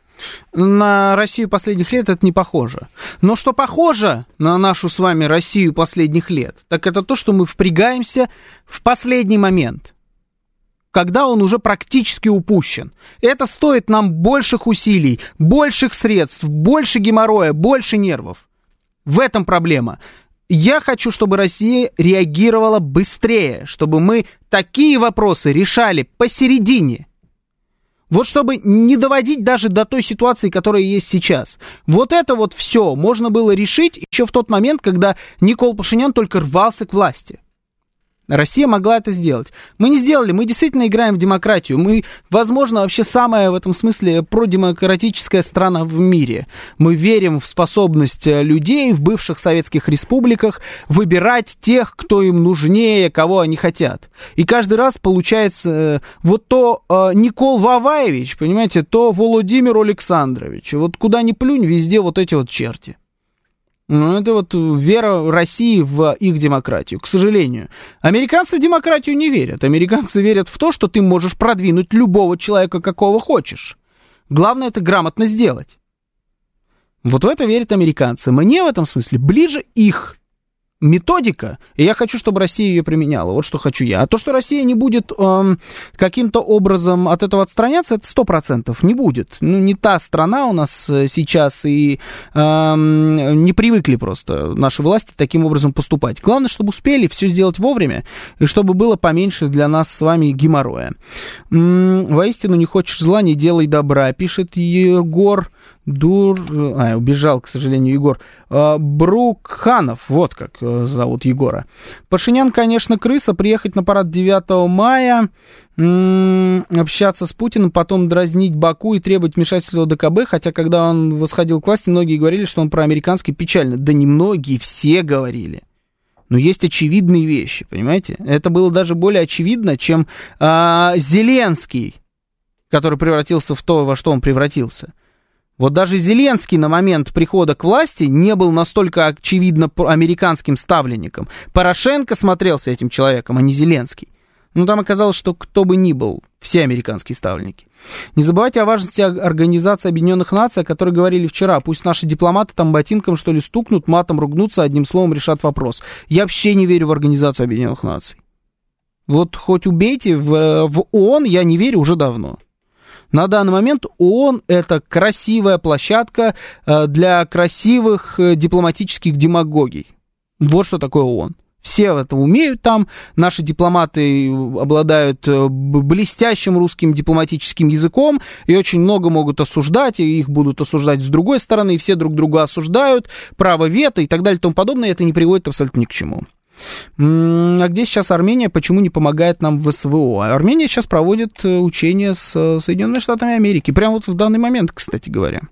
S3: На Россию последних лет это не похоже. Но что похоже на нашу с вами Россию последних лет, так это то, что мы впрягаемся в последний момент, когда он уже практически упущен. Это стоит нам больших усилий, больших средств, больше геморроя, больше нервов. В этом проблема. Я хочу, чтобы Россия реагировала быстрее, чтобы мы такие вопросы решали посередине. Вот чтобы не доводить даже до той ситуации, которая есть сейчас. Вот это вот все можно было решить еще в тот момент, когда Никол Пашинян только рвался к власти. Россия могла это сделать. Мы не сделали, мы действительно играем в демократию. Мы, возможно, вообще самая в этом смысле продемократическая страна в мире. Мы верим в способность людей в бывших советских республиках выбирать тех, кто им нужнее, кого они хотят. И каждый раз получается вот то Никол Ваваевич, понимаете, то Владимир Александрович. Вот куда ни плюнь, везде вот эти вот черти. Ну, это вот вера России в их демократию, к сожалению. Американцы в демократию не верят. Американцы верят в то, что ты можешь продвинуть любого человека, какого хочешь. Главное это грамотно сделать. Вот в это верят американцы. Мне в этом смысле ближе их методика, и я хочу, чтобы Россия ее применяла. Вот что хочу я. А то, что Россия не будет каким-то образом от этого отстраняться, это 100% не будет. Ну, не та страна у нас сейчас, и не привыкли просто наши власти таким образом поступать. Главное, чтобы успели все сделать вовремя, и чтобы было поменьше для нас с вами геморроя. Воистину, не хочешь зла, не делай добра, пишет Егор убежал, к сожалению, Егор. Брукханов, вот как зовут Егора. Пашинян, конечно, крыса, приехать на парад 9 мая, общаться с Путиным, потом дразнить Баку и требовать вмешательства ДКБ, хотя, когда он восходил к власти, многие говорили, что он проамериканский, печально. Да не многие, все говорили. Но есть очевидные вещи, понимаете? Это было даже более очевидно, чем Зеленский, который превратился в то, во что он превратился. Вот даже Зеленский на момент прихода к власти не был настолько очевидно американским ставленником. Порошенко смотрелся этим человеком, а не Зеленский. Ну, там оказалось, что кто бы ни был, все американские ставленники. Не забывайте о важности Организации Объединенных Наций, о которой говорили вчера. Пусть наши дипломаты там ботинком, что ли, стукнут, матом ругнутся, одним словом решат вопрос. Я вообще не верю в Организацию Объединенных Наций. Вот хоть убейте, в ООН я не верю уже давно. На данный момент ООН — это красивая площадка для красивых дипломатических демагогий. Вот что такое ООН. Все это умеют там, наши дипломаты обладают блестящим русским дипломатическим языком и очень много могут осуждать, и их будут осуждать с другой стороны, и все друг друга осуждают, право вето и так далее и тому подобное, это не приводит абсолютно ни к чему. А где сейчас Армения, почему не помогает нам в СВО? Армения сейчас проводит учения с Соединенными Штатами Америки, прямо вот в данный момент, кстати говоря.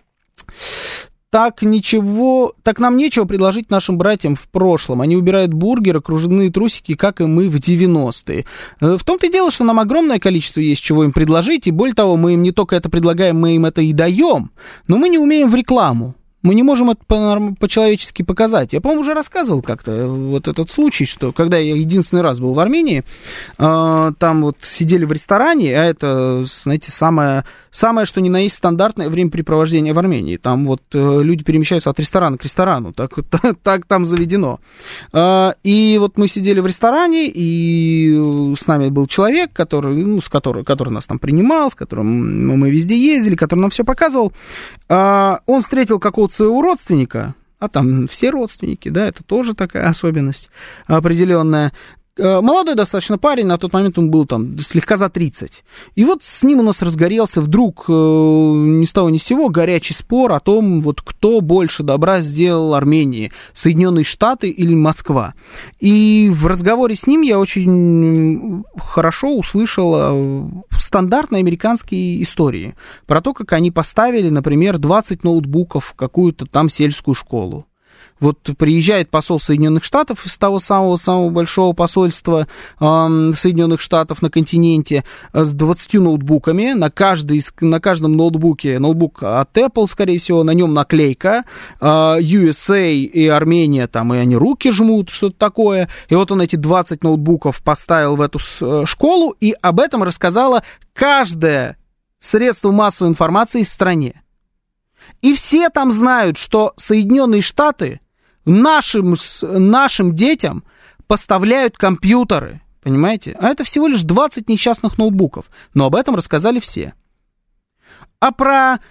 S3: Так нам нечего предложить нашим братьям в прошлом. Они убирают бургеры, кружевные трусики, как и мы в 90-е. В том-то и дело, что нам огромное количество есть чего им предложить, и более того, мы им не только это предлагаем, мы им это и даем, но мы не умеем в рекламу. Мы не можем это по-человечески показать. Я, по-моему, уже рассказывал как-то вот этот случай, что когда я единственный раз был в Армении, там вот сидели в ресторане, а это, знаете, самое, что ни на есть стандартное времяпрепровождение в Армении. Там вот люди перемещаются от ресторана к ресторану, так там заведено. И вот мы сидели в ресторане, и с нами был человек, который нас там принимал, с которым мы везде ездили, который нам все показывал. Он встретил какого-то своего родственника, а там все родственники, да, это тоже такая особенность определенная. Молодой достаточно парень, на тот момент он был там слегка за 30. И вот с ним у нас разгорелся вдруг ни с того ни с сего горячий спор о том, вот кто больше добра сделал Армении, Соединенные Штаты или Москва. И в разговоре с ним я очень хорошо услышал стандартные американские истории про то, как они поставили, например, 20 ноутбуков в какую-то там сельскую школу. Вот приезжает посол Соединенных Штатов из того самого большого посольства Соединенных Штатов на континенте с 20 ноутбуками. На каждом ноутбуке, ноутбук от Apple, скорее всего, на нем наклейка USA и Армения, там, и они руки жмут, что-то такое. И вот он эти 20 ноутбуков поставил в эту школу, и об этом рассказала каждое средство массовой информации в стране. И все там знают, что Соединенные Штаты нашим детям поставляют компьютеры, понимаете? А это всего лишь 20 несчастных ноутбуков. Но об этом рассказали все. А про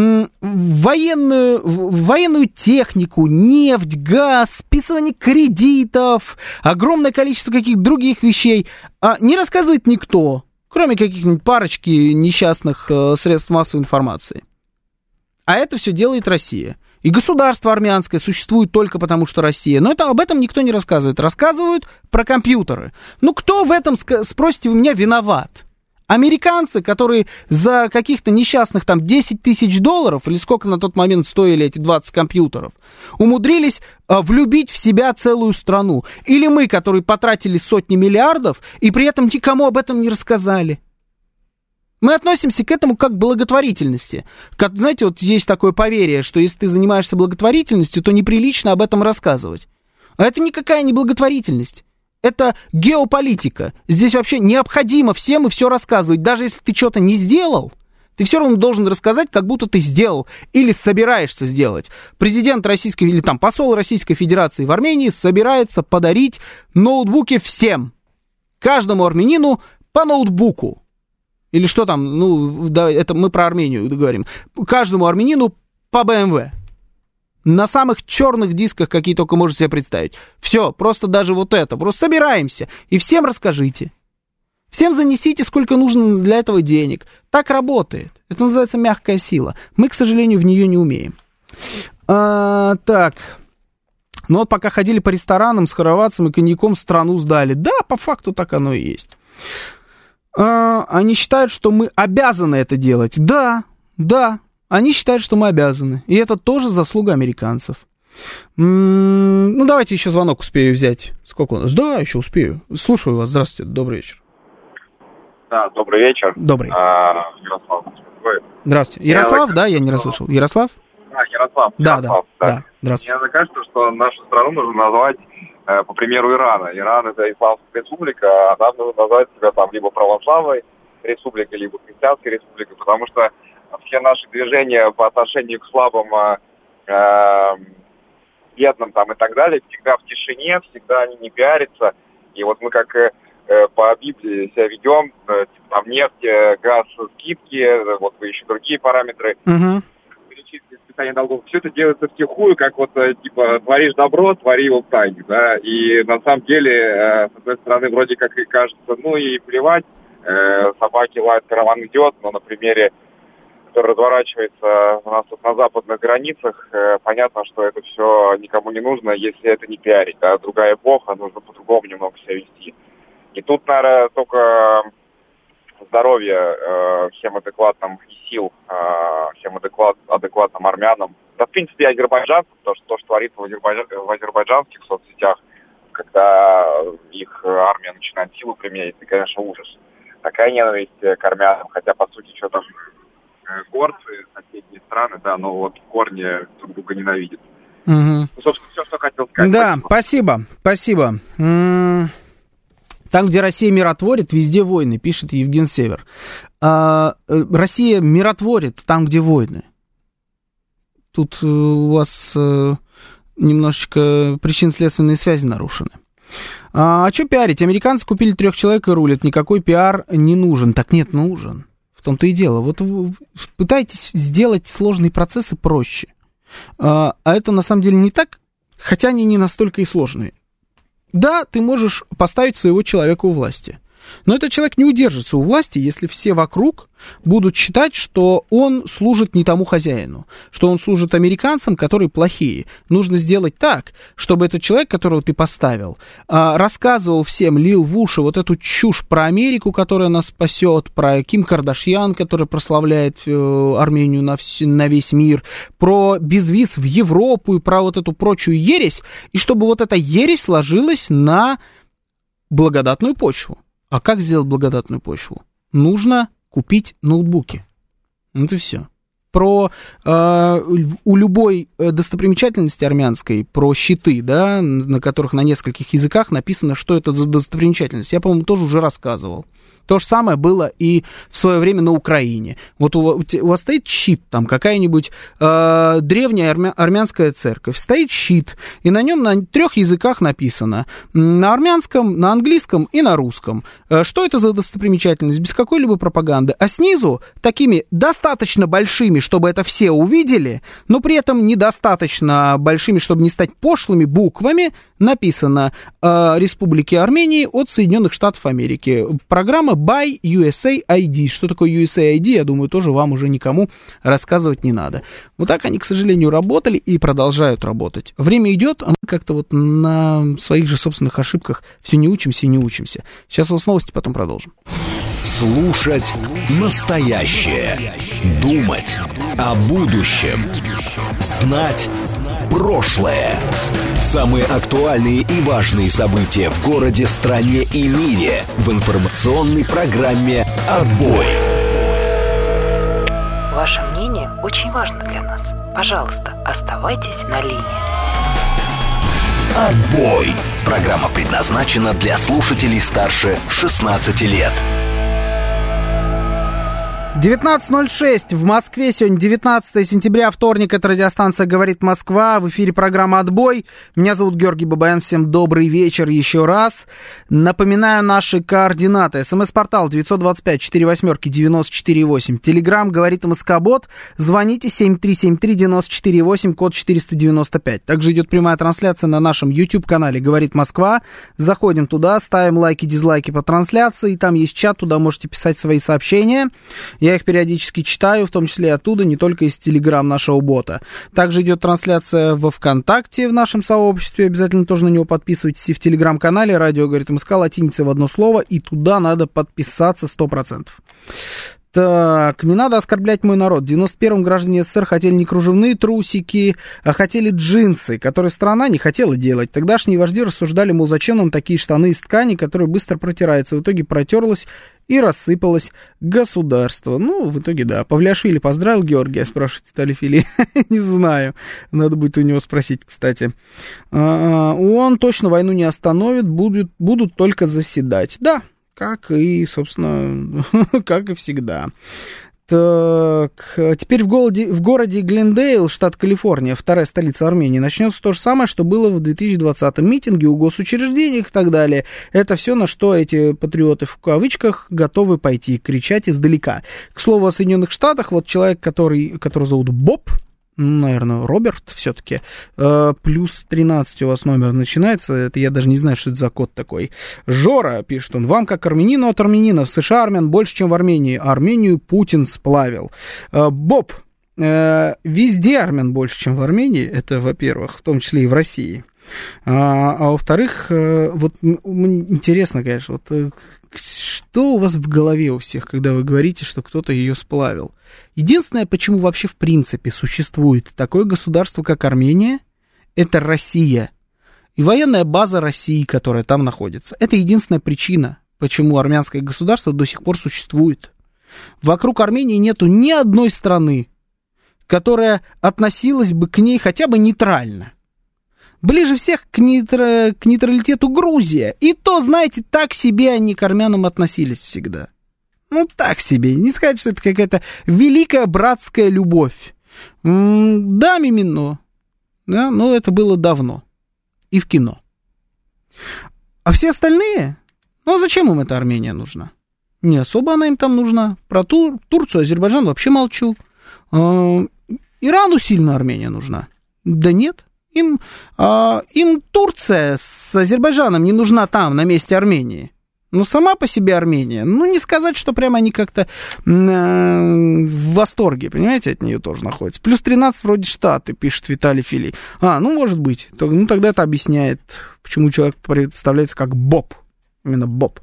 S3: военную технику, нефть, газ, списывание кредитов, огромное количество каких-то других вещей не рассказывает никто, кроме каких-нибудь парочки несчастных средств массовой информации. А это все делает Россия. И государство армянское существует только потому, что Россия. Но об этом никто не рассказывает. Рассказывают про компьютеры. Ну, кто в этом, спросите вы меня, виноват? Американцы, которые за каких-то несчастных там 10 тысяч долларов, или сколько на тот момент стоили эти 20 компьютеров, умудрились влюбить в себя целую страну. Или мы, которые потратили сотни миллиардов, и при этом никому об этом не рассказали. Мы относимся к этому как к благотворительности. Как, знаете, вот есть такое поверье, что если ты занимаешься благотворительностью, то неприлично об этом рассказывать. А это никакая не благотворительность. Это геополитика. Здесь вообще необходимо всем и все рассказывать. Даже если ты что-то не сделал, ты все равно должен рассказать, как будто ты сделал или собираешься сделать. Президент российской, или там посол Российской Федерации в Армении собирается подарить ноутбуки всем. Каждому армянину по ноутбуку. Или что там, ну, да, это мы про Армению говорим. Каждому армянину по BMW. На самых черных дисках, какие только можете себе представить. Все, просто даже вот это. Просто собираемся и всем расскажите. Всем занесите, сколько нужно для этого денег. Так работает. Это называется мягкая сила. Мы, к сожалению, в нее не умеем. Так. Ну вот пока ходили по ресторанам с хоровацем и коньяком, страну сдали. Да, по факту так оно и есть. Они считают, что мы обязаны это делать. Да, они считают, что мы обязаны. И это тоже заслуга американцев. Ну, давайте еще звонок успею взять. Сколько у нас? Да, еще успею. Слушаю вас. Здравствуйте, добрый вечер.
S9: Да, добрый вечер.
S3: Добрый.
S9: Ярослав беспокоит.
S3: Здравствуйте. Ярослав, да, я не расслышал. Ярослав?
S9: Ярослав.
S3: Да. Здравствуйте.
S9: Мне кажется, что нашу страну нужно назвать по примеру Ирана. Иран — это исламская республика, а нам нужно назвать себя там либо православной республикой, либо христианской республикой, потому что все наши движения по отношению к слабым, бедным там и так далее всегда в тишине, всегда они не пиарятся. И вот мы как по Библии себя ведем, там нефть, газ, скидки, вот еще другие параметры. Списание долгов. Все это делается втихую, как вот, типа, творишь добро, твори его в тайне, да, и на самом деле, с одной стороны, вроде как и кажется, ну и плевать, собаки лают, караван идет, но на примере, который разворачивается у нас тут на западных границах, понятно, что это все никому не нужно, если это не пиарить, да, другая эпоха, нужно по-другому немного себя вести. И тут, наверное, только здоровье всем адекватным и сил, всем адекватным армянам. Да, в принципе, азербайджанцам, то, что творится в азербайджанских соцсетях, когда их армия начинает силу применять, это, конечно, ужас. Такая ненависть к армянам, хотя, по сути, что там горцы, соседние страны, да, но вот в корне друг друга ненавидят. Ну, собственно, все, что хотел сказать.
S3: Да, спасибо. Там, где Россия миротворит, везде войны, пишет Евген Север. Россия миротворит там, где войны. Тут у вас немножечко причинно-следственные связи нарушены. А что пиарить? Американцы купили 3 человек и рулят. Никакой пиар не нужен. Так нет, нужен. В том-то и дело. Вот вы пытаетесь сделать сложные процессы проще. А это на самом деле не так, хотя они не настолько и сложные. Да, ты можешь поставить своего человека у власти, но этот человек не удержится у власти, если все вокруг будут считать, что он служит не тому хозяину, что он служит американцам, которые плохие. Нужно сделать так, чтобы этот человек, которого ты поставил, рассказывал всем, лил в уши вот эту чушь про Америку, которая нас спасет, про Ким Кардашьян, который прославляет Армению на весь мир, про безвиз в Европу и про вот эту прочую ересь, и чтобы вот эта ересь ложилась на благодатную почву. А как сделать благодатную почву? Нужно купить ноутбуки. Вот и все. У любой достопримечательности армянской, про щиты, да, на которых на нескольких языках написано, что это за достопримечательность. Я, по-моему, тоже уже рассказывал. То же самое было и в свое время на Украине. Вот у вас стоит щит, там какая-нибудь древняя армянская церковь, стоит щит, и на нем на 3 языках написано: на армянском, на английском и на русском. Что это за достопримечательность? Без какой-либо пропаганды. А снизу такими достаточно большими, чтобы это все увидели, но при этом недостаточно большими, чтобы не стать пошлыми буквами, написано Республики Армении от Соединенных Штатов Америки. Программа Buy USAID. Что такое USAID, я думаю, тоже вам уже никому рассказывать не надо. Вот так они, к сожалению, работали и продолжают работать. Время идет, а мы как-то вот на своих же собственных ошибках все не учимся и не учимся. Сейчас у вас новости, потом продолжим.
S1: Слушать настоящее. Думать о будущем. Знать прошлое. Самые актуальные и важные события в городе, стране и мире в информационной программе «Отбой».
S2: Ваше мнение очень важно для нас. Пожалуйста, оставайтесь на линии.
S1: «Отбой». Программа предназначена для слушателей старше 16 лет.
S3: 19:06 в Москве. Сегодня 19 сентября, вторник. Это радиостанция «Говорит Москва». В эфире программа «Отбой». Меня зовут Георгий Бабаян. Всем добрый вечер еще раз. Напоминаю наши координаты. СМС-портал 925-48-94-8. Телеграм «Говорит МСК-бот». Звоните 7373-94-8, код 495. Также идет прямая трансляция на нашем YouTube-канале «Говорит Москва». Заходим туда, ставим лайки, дизлайки по трансляции. Там есть чат, туда можете писать свои сообщения. Я их периодически читаю, в том числе и оттуда, не только из Телеграм нашего бота. Также идет трансляция во ВКонтакте в нашем сообществе. Обязательно тоже на него подписывайтесь. И в Телеграм-канале «Радио говорит МСК», латиница в одно слово. И туда надо подписаться 100%. Так, не надо оскорблять мой народ. В 91-м граждане СССР хотели не кружевные трусики, а хотели джинсы, которые страна не хотела делать. Тогдашние вожди рассуждали, мол, зачем нам такие штаны из ткани, которые быстро протираются. В итоге протерлось и рассыпалось государство. Ну, в итоге, да. Павлиашвили поздравил Георгия, спрашивает Виталий Фили. Не знаю. Надо будет у него спросить, кстати. Он точно войну не остановит, будут только заседать. Да. Как и, собственно, как и всегда. Так, теперь в городе Глендейл, штат Калифорния, вторая столица Армении, начнется то же самое, что было в 2020-м митинге у госучреждениях и так далее. Это все, на что эти патриоты в кавычках готовы пойти, кричать издалека. К слову о Соединенных Штатах, вот человек, которого зовут Боб, наверное, Роберт все-таки, плюс 13 у вас номер начинается, это я даже не знаю, что это за код такой. Жора, пишет он, вам как армянину от армянина, в США армян больше, чем в Армении, Армению Путин сплавил. Боб, везде армян больше, чем в Армении, это, во-первых, в том числе и в России. А во-вторых, вот интересно, конечно, вот что у вас в голове у всех, когда вы говорите, что кто-то ее сплавил? Единственное, почему вообще в принципе существует такое государство, как Армения, это Россия. И военная база России, которая там находится. Это единственная причина, почему армянское государство до сих пор существует. Вокруг Армении нету ни одной страны, которая относилась бы к ней хотя бы нейтрально. Ближе всех к нейтралитету Грузия. И то, знаете, так себе они к армянам относились всегда. Ну, так себе. Не сказать, что это какая-то великая братская любовь. Да, мимино. Да, но это было давно. И в кино. А все остальные? Ну, зачем им эта Армения нужна? Не особо она им там нужна. Про Турцию, Азербайджан вообще молчу. Ирану сильно Армения нужна? Да нет. Им Турция с Азербайджаном не нужна там, на месте Армении. Но сама по себе Армения, ну, не сказать, что прямо они как-то в восторге, понимаете, от нее тоже находятся. Плюс 13 вроде Штаты, пишет Виталий Филий. Ну, может быть. Ну, тогда это объясняет, почему человек представляется как Боб. Именно Боб.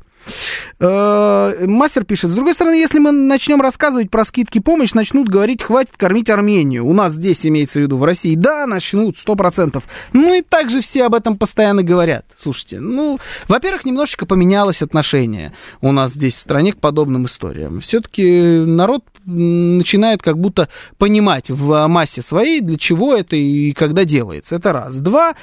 S3: Мастер пишет, с другой стороны, если мы начнем рассказывать про скидки помощь, начнут говорить, хватит кормить Армению. У нас здесь, имеется в виду, в России, да, начнут, 100%. Ну и также все об этом постоянно говорят. Слушайте, ну, во-первых, немножечко поменялось отношение у нас здесь в стране к подобным историям. Все-таки народ начинает как будто понимать в массе своей, для чего это и когда делается. Это раз. Два,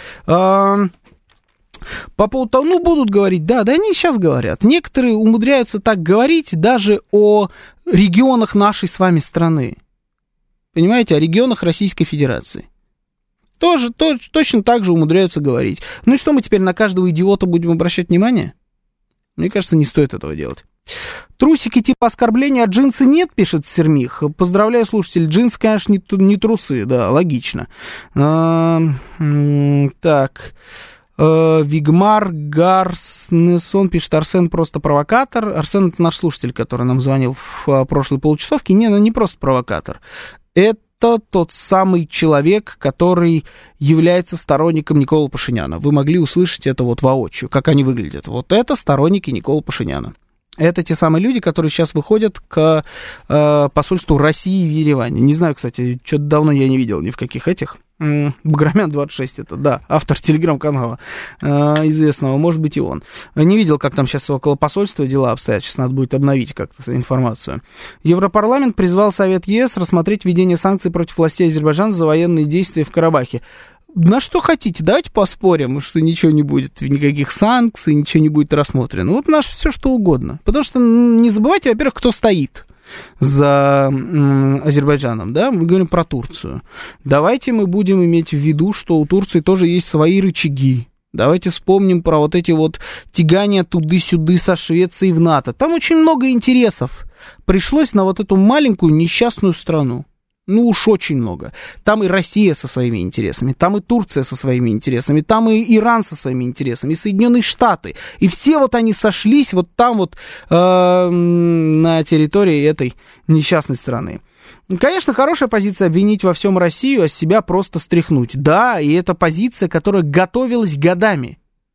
S3: по поводу того, ну, будут говорить, да, они сейчас говорят. Некоторые умудряются так говорить даже о регионах нашей с вами страны. Понимаете, о регионах Российской Федерации. Точно так же умудряются говорить. Ну и что, мы теперь на каждого идиота будем обращать внимание? Мне кажется, не стоит этого делать. Трусики типа оскорбления, а джинсы нет, пишет Сермих. Поздравляю, слушатель. Джинсы, конечно, не трусы, да, логично. Так... Вигмар Гарснесон пишет, Арсен просто провокатор. Арсен — это наш слушатель, который нам звонил в прошлой получасовке. Не просто провокатор. Это тот самый человек, который является сторонником Николы Пашиняна. Вы могли услышать это вот воочию, как они выглядят. Вот это сторонники Николы Пашиняна. Это те самые люди, которые сейчас выходят к посольству России в Ереване. Не знаю, кстати, что-то давно я не видел ни в каких этих. Баграмян 26, это, да, автор телеграм-канала известного, может быть и он. Не видел, как там сейчас около посольства дела обстоят, сейчас надо будет обновить как-то информацию. Европарламент призвал Совет ЕС рассмотреть введение санкций против властей Азербайджана за военные действия в Карабахе. На что хотите, давайте поспорим, что ничего не будет, никаких санкций, ничего не будет рассмотрено. Вот наше все что угодно. Потому что не забывайте, во-первых, кто стоит за Азербайджаном, да, мы говорим про Турцию. Давайте мы будем иметь в виду, что у Турции тоже есть свои рычаги. Давайте вспомним про вот эти вот тягания туды-сюды со Швецией в НАТО. Там очень много интересов пришлось на вот эту маленькую несчастную страну. Ну уж очень много. Там и Россия со своими интересами, там и Турция со своими интересами, там и Иран со своими интересами, и Соединенные Штаты. И все вот они сошлись вот там вот на территории этой несчастной страны. Конечно, хорошая позиция обвинить во всем Россию, а себя просто стряхнуть. Да, и это позиция, которая готовилась годами.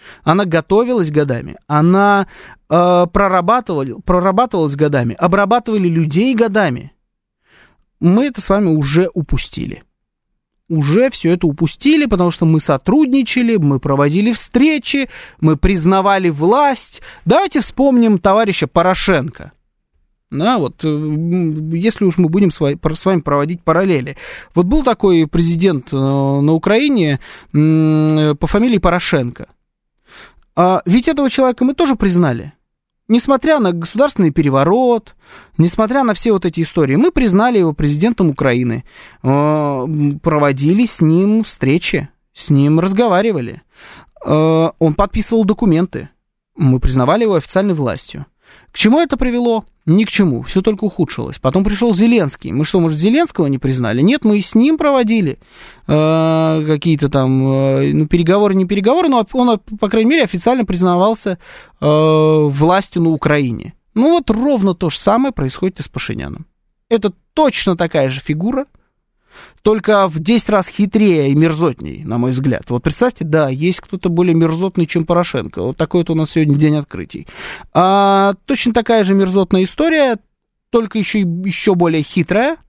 S3: она готовилась годами, она прорабатывалась годами, обрабатывали людей годами. Мы это с вами уже упустили. Уже все это упустили, потому что мы сотрудничали, мы проводили встречи, мы признавали власть. Давайте вспомним товарища Порошенко. Да, вот, если уж мы будем с вами проводить параллели. Вот был такой президент на Украине по фамилии Порошенко. Ведь этого человека мы тоже признали. Несмотря на государственный переворот, несмотря на все вот эти истории, мы признали его президентом Украины, проводили с ним встречи, с ним разговаривали. Он подписывал документы, мы признавали его официальной властью. К чему это привело? Ни к чему, все только ухудшилось. Потом пришел Зеленский. Мы что, может, Зеленского не признали? Нет, мы и с ним проводили какие-то там переговоры, не переговоры, но он, по крайней мере, официально признавался властью на Украине. Ну вот ровно то же самое происходит и с Пашиняном. Это точно такая же фигура, только в 10 раз хитрее и мерзотней, на мой взгляд. Вот представьте, да, есть кто-то более мерзотный, чем Порошенко. Вот такой вот у нас сегодня день открытий. Точно такая же мерзотная история, только еще более хитрая,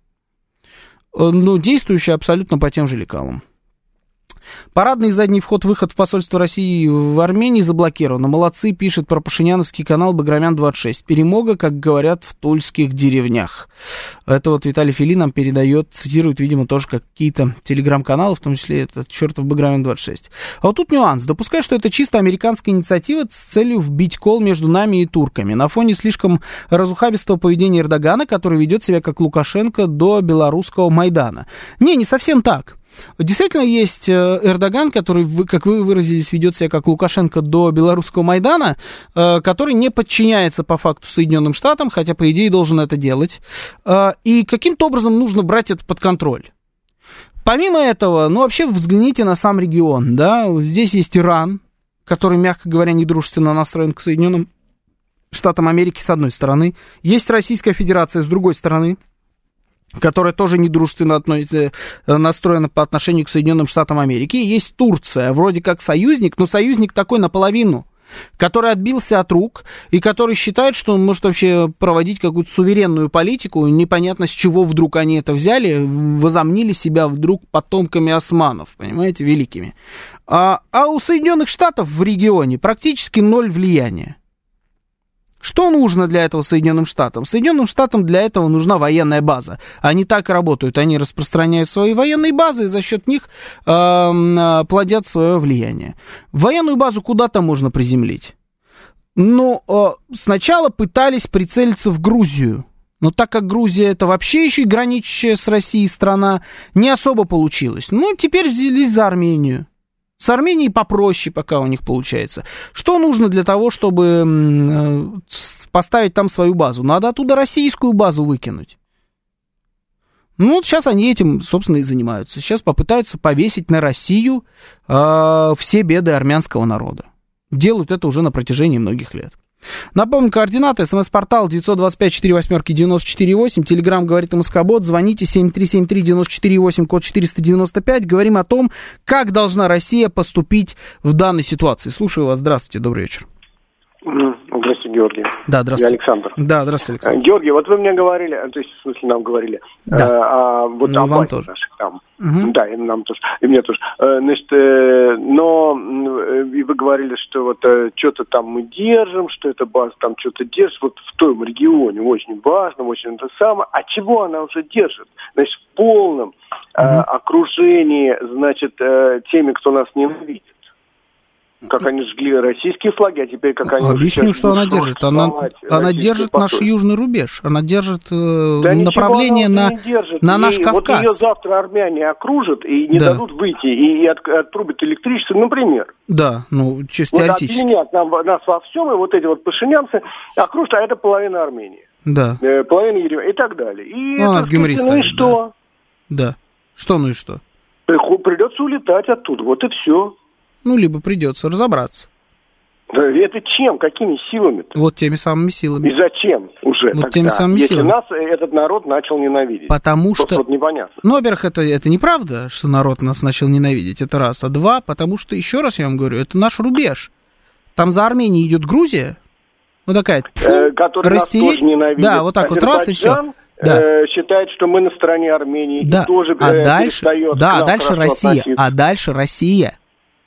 S3: но действующая абсолютно по тем же лекалам. Парадный задний вход-выход в посольство России в Армении заблокирован. Молодцы, пишет про пашиняновский канал Баграмян-26. Перемога, как говорят в тульских деревнях. Это вот Виталий Фили нам передает, цитирует, видимо, тоже какие-то телеграм-каналы, в том числе этот чертов Баграмян-26. А вот тут нюанс. Допускаю, что это чисто американская инициатива с целью вбить кол между нами и турками. На фоне слишком разухабистого поведения Эрдогана, который ведет себя как Лукашенко до белорусского Майдана. Не совсем так. Действительно, есть Эрдоган, который, как вы выразились, ведет себя как Лукашенко до белорусского Майдана, который не подчиняется по факту Соединенным Штатам, хотя, по идее, должен это делать. И каким-то образом нужно брать это под контроль. Помимо этого, вообще взгляните на сам регион. Да? Здесь есть Иран, который, мягко говоря, недружественно настроен к Соединенным Штатам Америки, с одной стороны. Есть Российская Федерация, с другой стороны, которая тоже недружественно настроена по отношению к Соединенным Штатам Америки. Есть Турция, вроде как союзник, но союзник такой наполовину, который отбился от рук и который считает, что он может вообще проводить какую-то суверенную политику. Непонятно, с чего вдруг они это взяли, возомнили себя вдруг потомками османов, понимаете, великими. А у Соединенных Штатов в регионе практически ноль влияния. Что нужно для этого Соединенным Штатам? Соединенным Штатам для этого нужна военная база. Они так и работают. Они распространяют свои военные базы и за счет них плодят свое влияние. Военную базу куда-то можно приземлить. Сначала пытались прицелиться в Грузию. Но так как Грузия это вообще еще и граничащая с Россией страна, не особо получилось. Теперь взялись за Армению. С Арменией попроще пока у них получается. Что нужно для того, чтобы поставить там свою базу? Надо оттуда российскую базу выкинуть. Сейчас они этим, собственно, и занимаются. Сейчас попытаются повесить на Россию все беды армянского народа. Делают это уже на протяжении многих лет. Напомню, координаты. СМС-портал 925-48-94-8. Телеграм говорит МСК-бот. Звоните 7373-94-8, код 495. Говорим о том, как должна Россия поступить в данной ситуации. Слушаю вас. Здравствуйте. Добрый вечер.
S10: Здравствуйте, Георгий.
S3: Да, здравствуйте.
S10: Я Александр.
S3: Да, здравствуйте, Александр.
S10: Георгий, вот вы мне говорили, то есть, в смысле, нам говорили,
S3: да.
S10: вот о
S3: вам
S10: базе
S3: тоже.
S10: наших там. Угу. Да, и нам тоже, и мне тоже. Но и вы говорили, что вот что-то там мы держим, что эта база там что-то держит, вот в том регионе очень важно, очень это самое. А чего она уже держит? Значит, в полном окружении, значит, теми, кто нас ненавидит. Как они жгли российские флаги, а теперь как они...
S3: Объясню, что она держит. Она держит наш южный рубеж. Она держит направление на наш Кавказ.
S10: Вот ее завтра армяне окружат и не дадут выйти, и отрубят электричество, например.
S3: Да, чисто теоретически.
S10: Вот обвинят нас во всем, и вот эти вот пашинянцы окружат, а это половина Армении.
S3: Да.
S10: Половина Еревана и так далее. И
S3: она в Гюмри стоит,
S10: и что?
S3: Да. Что, и что?
S10: Придется улетать оттуда, вот и все.
S3: Либо придется разобраться.
S10: Да это чем? Какими силами-то?
S3: Вот теми самыми силами.
S10: И зачем уже
S3: вот
S10: тогда,
S3: теми самыми
S10: если
S3: силами.
S10: Нас этот народ начал ненавидеть?
S3: Потому что...
S10: Вот непонятно.
S3: Во-первых, это неправда, что народ нас начал ненавидеть, это раз. А два, потому что, еще раз я вам говорю, это наш рубеж. там за Арменией идет Грузия, вот такая,
S10: который нас тоже ненавидит.
S3: Да, вот так вот раз и все. Да.
S10: Считает, что мы на стороне Армении,
S3: да.
S10: И тоже перестает к нам
S3: дальше Россия,
S10: относиться.
S3: Дальше Россия.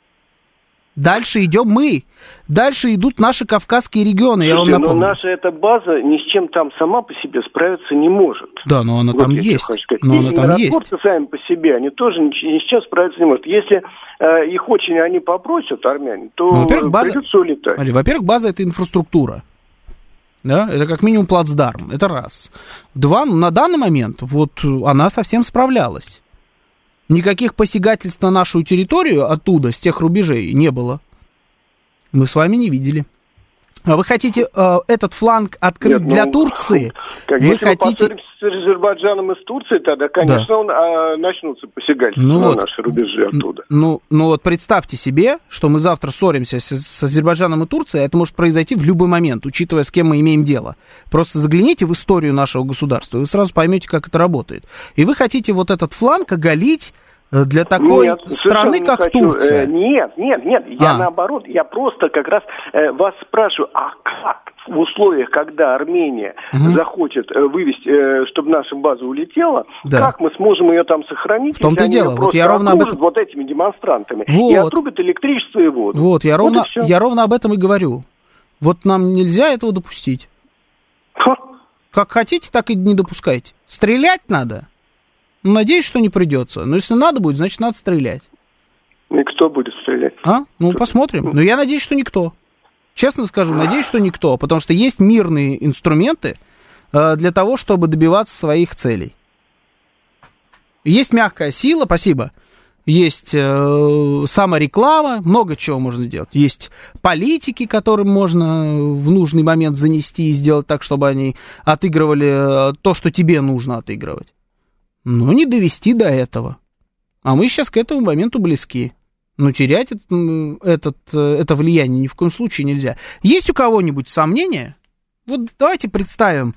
S3: Дальше идем мы. Дальше идут наши кавказские регионы.
S10: Слушайте,
S3: я вам напомню.
S10: Но наша эта база ни с чем там сама по себе справиться не может.
S3: Да, но она
S10: вот
S3: там есть. Но она там есть.
S10: Сами по себе, они тоже ни с чем справиться не могут. Если их очень они попросят, армяне, то придется улетать.
S3: Во-первых, база — это инфраструктура. Да, это как минимум плацдарм, это раз. Два, на данный момент вот она совсем справлялась. Никаких посягательств на нашу территорию оттуда, с тех рубежей, не было. Мы с вами не видели. А вы хотите этот фланг открыть для Турции?
S10: Если мы поссоримся с Азербайджаном и с Турцией, тогда, конечно, начнутся посягательства на наши рубежи оттуда.
S3: Ну вот представьте себе, что мы завтра ссоримся с Азербайджаном и Турцией, это может произойти в любой момент, учитывая, с кем мы имеем дело. Просто загляните в историю нашего государства, и вы сразу поймете, как это работает. И вы хотите вот этот фланг оголить для такой страны, как Турция?
S10: Нет, я наоборот, я просто как раз вас спрашиваю, а как в условиях, когда Армения захочет вывести, чтобы наша база улетела, как мы сможем ее там сохранить,
S3: в том-то
S10: если
S3: дело.
S10: они ее просто окружат вот этими демонстрантами и отрубят электричество и воду?
S3: Вот, я ровно об этом и говорю. Вот нам нельзя этого допустить. Как хотите, так и не допускайте. Стрелять надо. Надеюсь, что не придется. Но если надо будет, значит, надо стрелять.
S10: И кто будет стрелять?
S3: Посмотрим. Но я надеюсь, что никто. Честно скажу, надеюсь, что никто. Потому что есть мирные инструменты для того, чтобы добиваться своих целей. Есть мягкая сила, спасибо. Есть самореклама, много чего можно делать. Есть политики, которым можно в нужный момент занести и сделать так, чтобы они отыгрывали то, что тебе нужно отыгрывать. Но не довести до этого. А мы сейчас к этому моменту близки. Но терять это влияние ни в коем случае нельзя. Есть у кого-нибудь сомнения? Вот давайте представим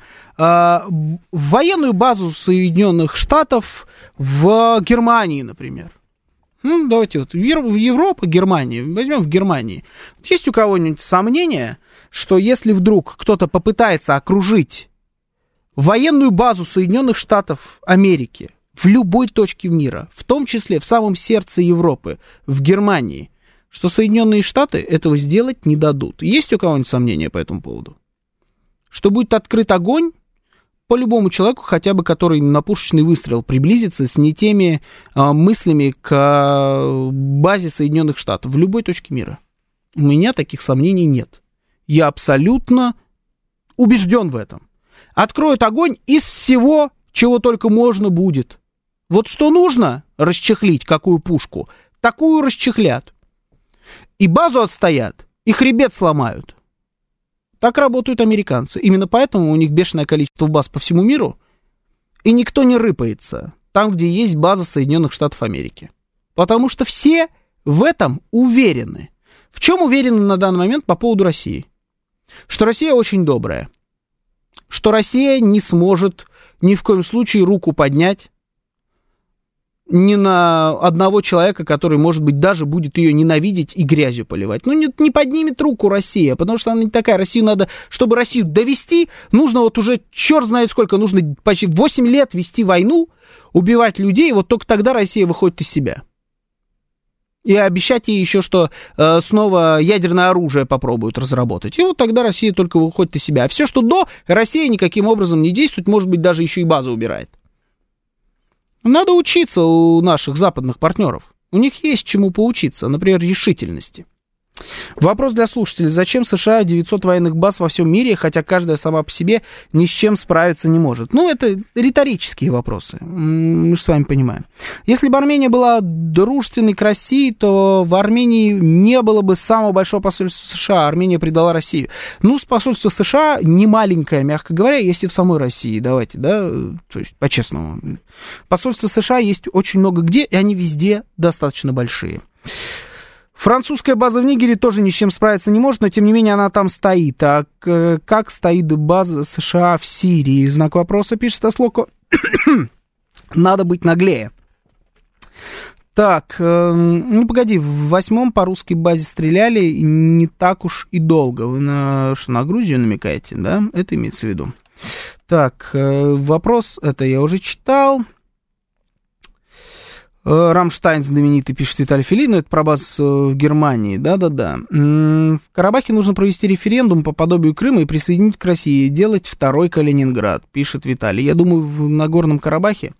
S3: военную базу Соединенных Штатов в Германии, например. Давайте вот Европа, Германия. Возьмем в Германии. Есть у кого-нибудь сомнения, что если вдруг кто-то попытается окружить военную базу Соединенных Штатов Америки в любой точке мира, в том числе в самом сердце Европы, в Германии, что Соединенные Штаты этого сделать не дадут? Есть у кого-нибудь сомнения по этому поводу? Что будет открыт огонь по любому человеку, хотя бы который на пушечный выстрел приблизится с не теми мыслями к базе Соединенных Штатов в любой точке мира? У меня таких сомнений нет. Я абсолютно убежден в этом. Откроют огонь из всего, чего только можно будет. Вот что нужно расчехлить, какую пушку, такую расчехлят. И базу отстоят, и хребет сломают. Так работают американцы. Именно поэтому у них бешеное количество баз по всему миру, и никто не рыпается там, где есть база Соединенных Штатов Америки. Потому что все в этом уверены. В чем уверены на данный момент по поводу России? Что Россия очень добрая. Что Россия не сможет ни в коем случае руку поднять ни на одного человека, который, может быть, даже будет ее ненавидеть и грязью поливать. Не поднимет руку Россия, потому что она не такая. Россию надо, чтобы Россию довести, нужно вот уже черт знает сколько, нужно почти 8 лет вести войну, убивать людей, вот только тогда Россия выходит из себя. И обещать ей еще, что снова ядерное оружие попробуют разработать. И вот тогда Россия только выходит из себя. А все, что до, Россия никаким образом не действует, может быть, даже еще и базу убирает. Надо учиться у наших западных партнеров. У них есть чему поучиться, например, решительности. Вопрос для слушателей. Зачем США 900 военных баз во всем мире, хотя каждая сама по себе ни с чем справиться не может? Это риторические вопросы. Мы же с вами понимаем. Если бы Армения была дружественной к России, то в Армении не было бы самого большого посольства США. Армения предала Россию. Посольство США не маленькое, мягко говоря, есть и в самой России. Давайте, да, то есть по-честному. Посольства США есть очень много где, и они везде достаточно большие. Французская база в Нигере тоже ни с чем справиться не может, но тем не менее она там стоит. А как стоит база США в Сирии? Знак вопроса, пишет Ослоко. Надо быть наглее. Так, ну погоди, в 8-м по русской базе стреляли не так уж и долго. Вы на Грузию намекаете, да? Это имеется в виду. Так, вопрос, это я уже читал. Рамштайн знаменитый, пишет Виталий Филин, это про баз в Германии, да-да-да. В Карабахе нужно провести референдум по подобию Крыма и присоединить к России, делать второй Калининград, пишет Виталий. Я думаю, в Нагорном Карабахе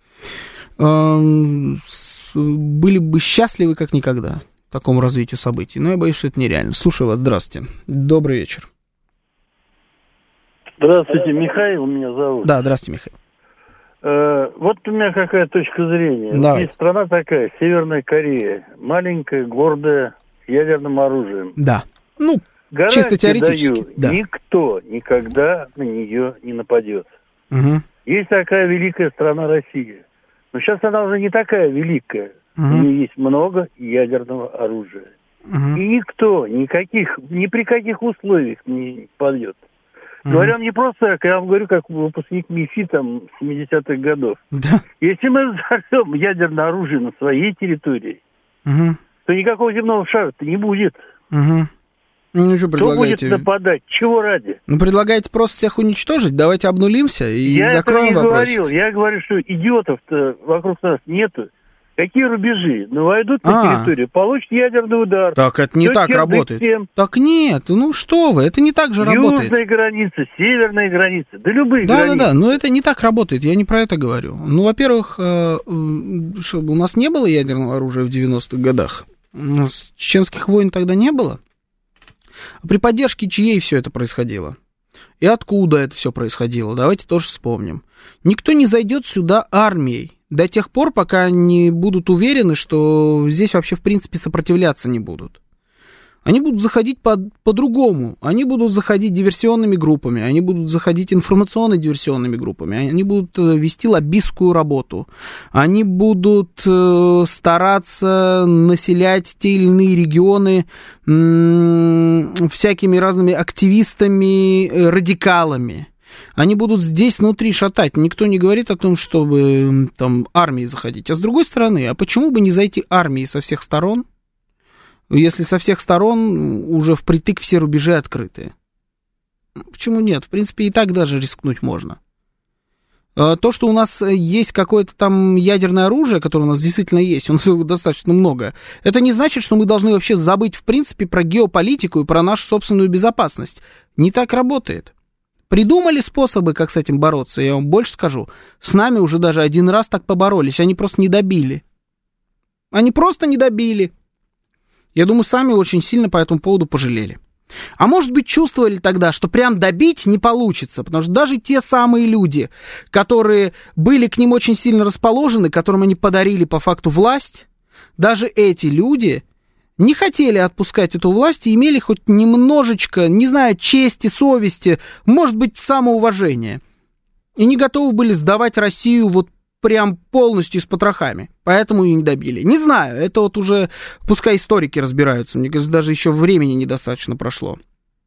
S3: были бы счастливы как никогда такому развитию событий, но я боюсь, что это нереально. Слушаю вас, здравствуйте. Добрый вечер.
S11: Здравствуйте, Михаил меня зовут.
S3: Да, здравствуйте, Михаил.
S11: Вот у меня какая точка зрения.
S3: Давай.
S11: Есть страна такая, Северная Корея, маленькая, гордая, с ядерным оружием.
S3: Да, ну,
S11: гарантии
S3: чисто теоретически,
S11: даю,
S3: да.
S11: Никто никогда на нее не нападет.
S3: Угу.
S11: Есть такая великая страна Россия. Но сейчас она уже не такая великая. У нее есть много ядерного оружия. И никто ни при каких условиях не падет. Говорю вам не просто так, я вам говорю, как выпускник МИФИ там 70-х годов.
S3: Да.
S11: Если мы взорвем ядерное оружие на своей территории, то никакого земного шара-то не будет.
S3: Ну, что
S11: кто будет нападать? Чего ради?
S3: Ну, предлагаете просто всех уничтожить? Давайте обнулимся и закроем вопрос.
S11: Я говорю, что идиотов-то вокруг нас нету. Какие рубежи? Ну, войдут на территорию, получат ядерный удар.
S3: Так это не так работает. Так нет, ну что вы, это не так же работает.
S11: Южная граница, северная граница, да любые границы.
S3: Да, но это не так работает, я не про это говорю. Ну, во-первых, у нас не было ядерного оружия в 90-х годах. У нас чеченских войн тогда не было. А при поддержке чьей все это происходило? И откуда это все происходило? Давайте тоже вспомним. Никто не зайдет сюда армией до тех пор, пока не будут уверены, что здесь вообще в принципе сопротивляться не будут. Они будут заходить по-другому. Они будут заходить диверсионными группами, они будут заходить информационно-диверсионными группами, они будут вести лоббистскую работу, они будут стараться населять те или иные регионы всякими разными активистами, радикалами. Они будут здесь внутри шатать. Никто не говорит о том, чтобы там армией заходить. А с другой стороны, а почему бы не зайти армией со всех сторон, если со всех сторон уже впритык все рубежи открыты? Почему нет? В принципе, и так даже рискнуть можно. То, что у нас есть какое-то там ядерное оружие, которое у нас действительно есть, у нас его достаточно много, это не значит, что мы должны вообще забыть, в принципе, про геополитику и про нашу собственную безопасность. Не так работает. Придумали способы, как с этим бороться, я вам больше скажу. С нами уже даже один раз так поборолись, они просто не добили. Они просто не добили. Я думаю, сами очень сильно по этому поводу пожалели. А может быть, чувствовали тогда, что прям добить не получится, потому что даже те самые люди, которые были к ним очень сильно расположены, которым они подарили по факту власть, даже эти люди не хотели отпускать эту власть и имели хоть немножечко, не знаю, чести, совести, может быть, самоуважения. И не готовы были сдавать Россию вот прям полностью с потрохами. Поэтому ее не добили. Не знаю, это вот уже пускай историки разбираются. Мне кажется, даже еще времени недостаточно прошло.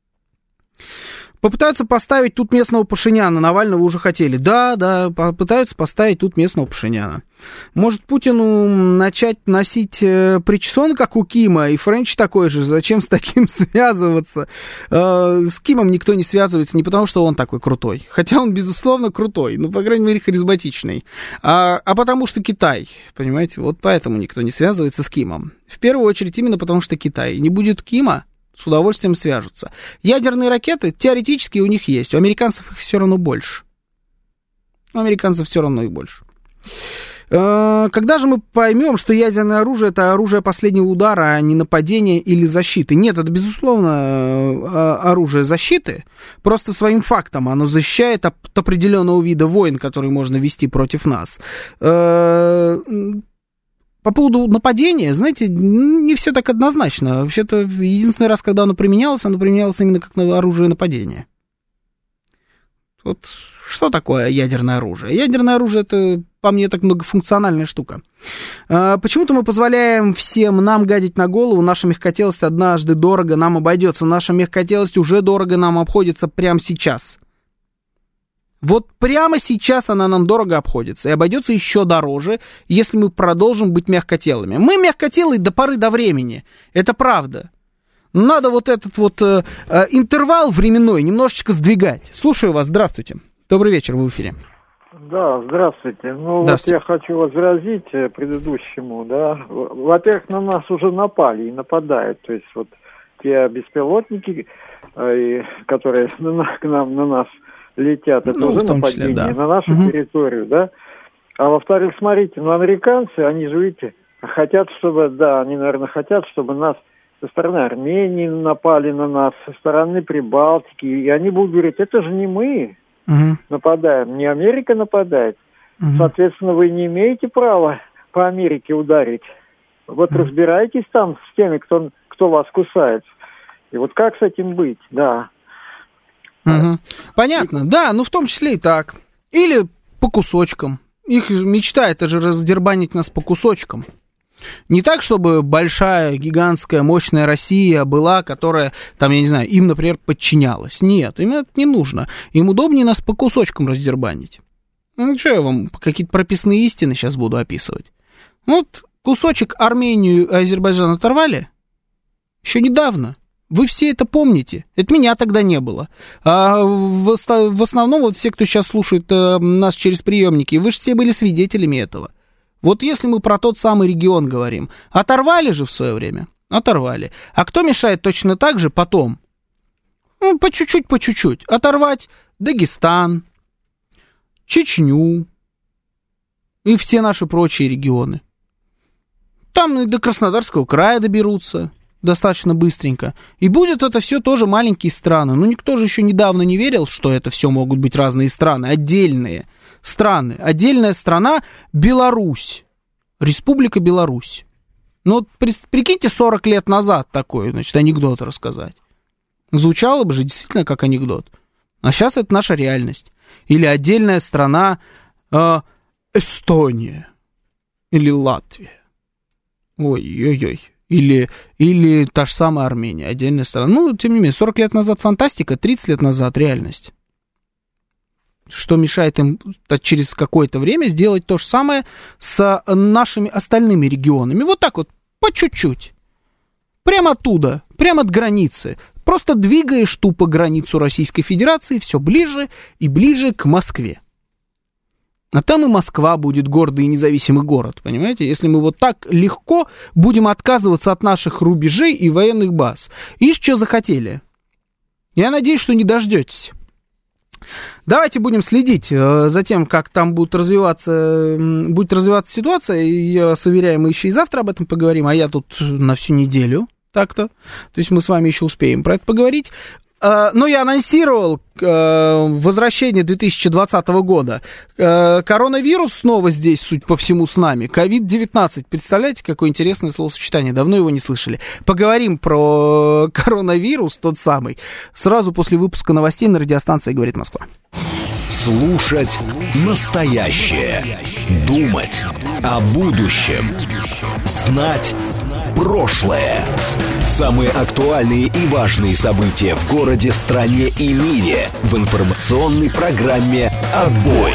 S3: Попытаются поставить тут местного Пашиняна. Навального уже хотели. Да, попытаются поставить тут местного Пашиняна. Может, Путину начать носить причесон, как у Кима, и Френч такой же. Зачем с таким связываться? С Кимом никто не связывается не потому, что он такой крутой. Хотя он, безусловно, крутой. Ну, по крайней мере, харизматичный. А потому что Китай. Понимаете? Вот поэтому никто не связывается с Кимом. В первую очередь именно потому, что Китай. Не будет Кима, с удовольствием свяжутся. Ядерные ракеты теоретически у них есть. У американцев их все равно больше. У американцев все равно их больше. Когда же мы поймем, что ядерное оружие — это оружие последнего удара, а не нападения или защиты? Нет, это, безусловно, оружие защиты. Просто своим фактом оно защищает от определенного вида войн, которые можно вести против нас. По поводу нападения, знаете, не все так однозначно. Вообще-то, единственный раз, когда оно применялось именно как оружие нападения. Вот что такое ядерное оружие? Ядерное оружие — это, по мне, так многофункциональная штука. Почему-то мы позволяем всем нам гадить на голову. Наша мягкотелость однажды дорого нам обойдется. Наша мягкотелость уже дорого нам обходится прямо сейчас. Вот прямо сейчас она нам дорого обходится и обойдется еще дороже, если мы продолжим быть мягкотелыми. Мы мягкотелые до поры до времени, это правда. Надо вот этот вот интервал временной немножечко сдвигать. Слушаю вас, здравствуйте. Добрый вечер, вы в эфире.
S12: Да, здравствуйте. Ну,
S3: здравствуйте.
S12: Вот я хочу возразить предыдущему, да. Во-первых, на нас уже напали и нападают. То есть вот те беспилотники, которые на нас летят, это уже нападение на нашу территорию, да. А во-вторых, смотрите, американцы, они же, видите, хотят, чтобы, да, они, наверное, хотят, чтобы нас со стороны Армении напали на нас, со стороны Прибалтики, и они будут говорить, это же не мы нападаем, не Америка нападает. Соответственно, вы не имеете права по Америке ударить. Вот разбирайтесь там с теми, кто вас кусает. И вот как с этим быть, да.
S3: Понятно, да, ну в том числе и так. Или по кусочкам. Их мечта, это же раздербанить нас по кусочкам. Не так, чтобы большая, гигантская, мощная Россия была, которая, там, я не знаю, им, например, подчинялась. Нет, им это не нужно. Им удобнее нас по кусочкам раздербанить. Ну, что я вам какие-то прописные истины сейчас буду описывать? Вот кусочек Армению и Азербайджан оторвали еще недавно. Вы все это помните. Это меня тогда не было. А в основном вот все, кто сейчас слушает нас через приемники, вы же все были свидетелями этого. Вот если мы про тот самый регион говорим, оторвали же в свое время? Оторвали. А кто мешает точно так же потом? Ну, по чуть-чуть. Оторвать Дагестан, Чечню и все наши прочие регионы. Там и до Краснодарского края доберутся достаточно быстренько. И будет это все тоже маленькие страны. Ну, никто же еще недавно не верил, что это все могут быть разные страны, отдельные страны. Отдельная страна Беларусь. Республика Беларусь. Ну, вот прикиньте, 40 лет назад такой, значит, анекдот рассказать. Звучало бы же действительно как анекдот. А сейчас это наша реальность. Или отдельная страна Эстония. Или Латвия. Ой-ой-ой. Или та же самая Армения, отдельная страна. Ну, тем не менее, 40 лет назад фантастика, 30 лет назад реальность. Что мешает им через какое-то время сделать то же самое с нашими остальными регионами. Вот так вот, по чуть-чуть. Прямо оттуда, прямо от границы. Просто двигаешь тупо границу Российской Федерации все ближе и ближе к Москве. А там и Москва будет гордый и независимый город, понимаете? Если мы вот так легко будем отказываться от наших рубежей и военных баз. И что захотели? Я надеюсь, что не дождетесь. Давайте будем следить за тем, как там будет развиваться ситуация. Я вас уверяю, мы еще и завтра об этом поговорим, а я тут на всю неделю так-то. То есть мы с вами еще успеем про это поговорить. Но я анонсировал возвращение 2020 года. Коронавирус снова здесь, судя по всему, с нами. COVID-19. Представляете, какое интересное словосочетание. Давно его не слышали. Поговорим про коронавирус, тот самый, сразу после выпуска новостей на радиостанции «Говорит Москва».
S1: Слушать настоящее. Думать о будущем. Знать прошлое. Самые актуальные и важные события в городе, стране и мире в информационной программе «Отбой».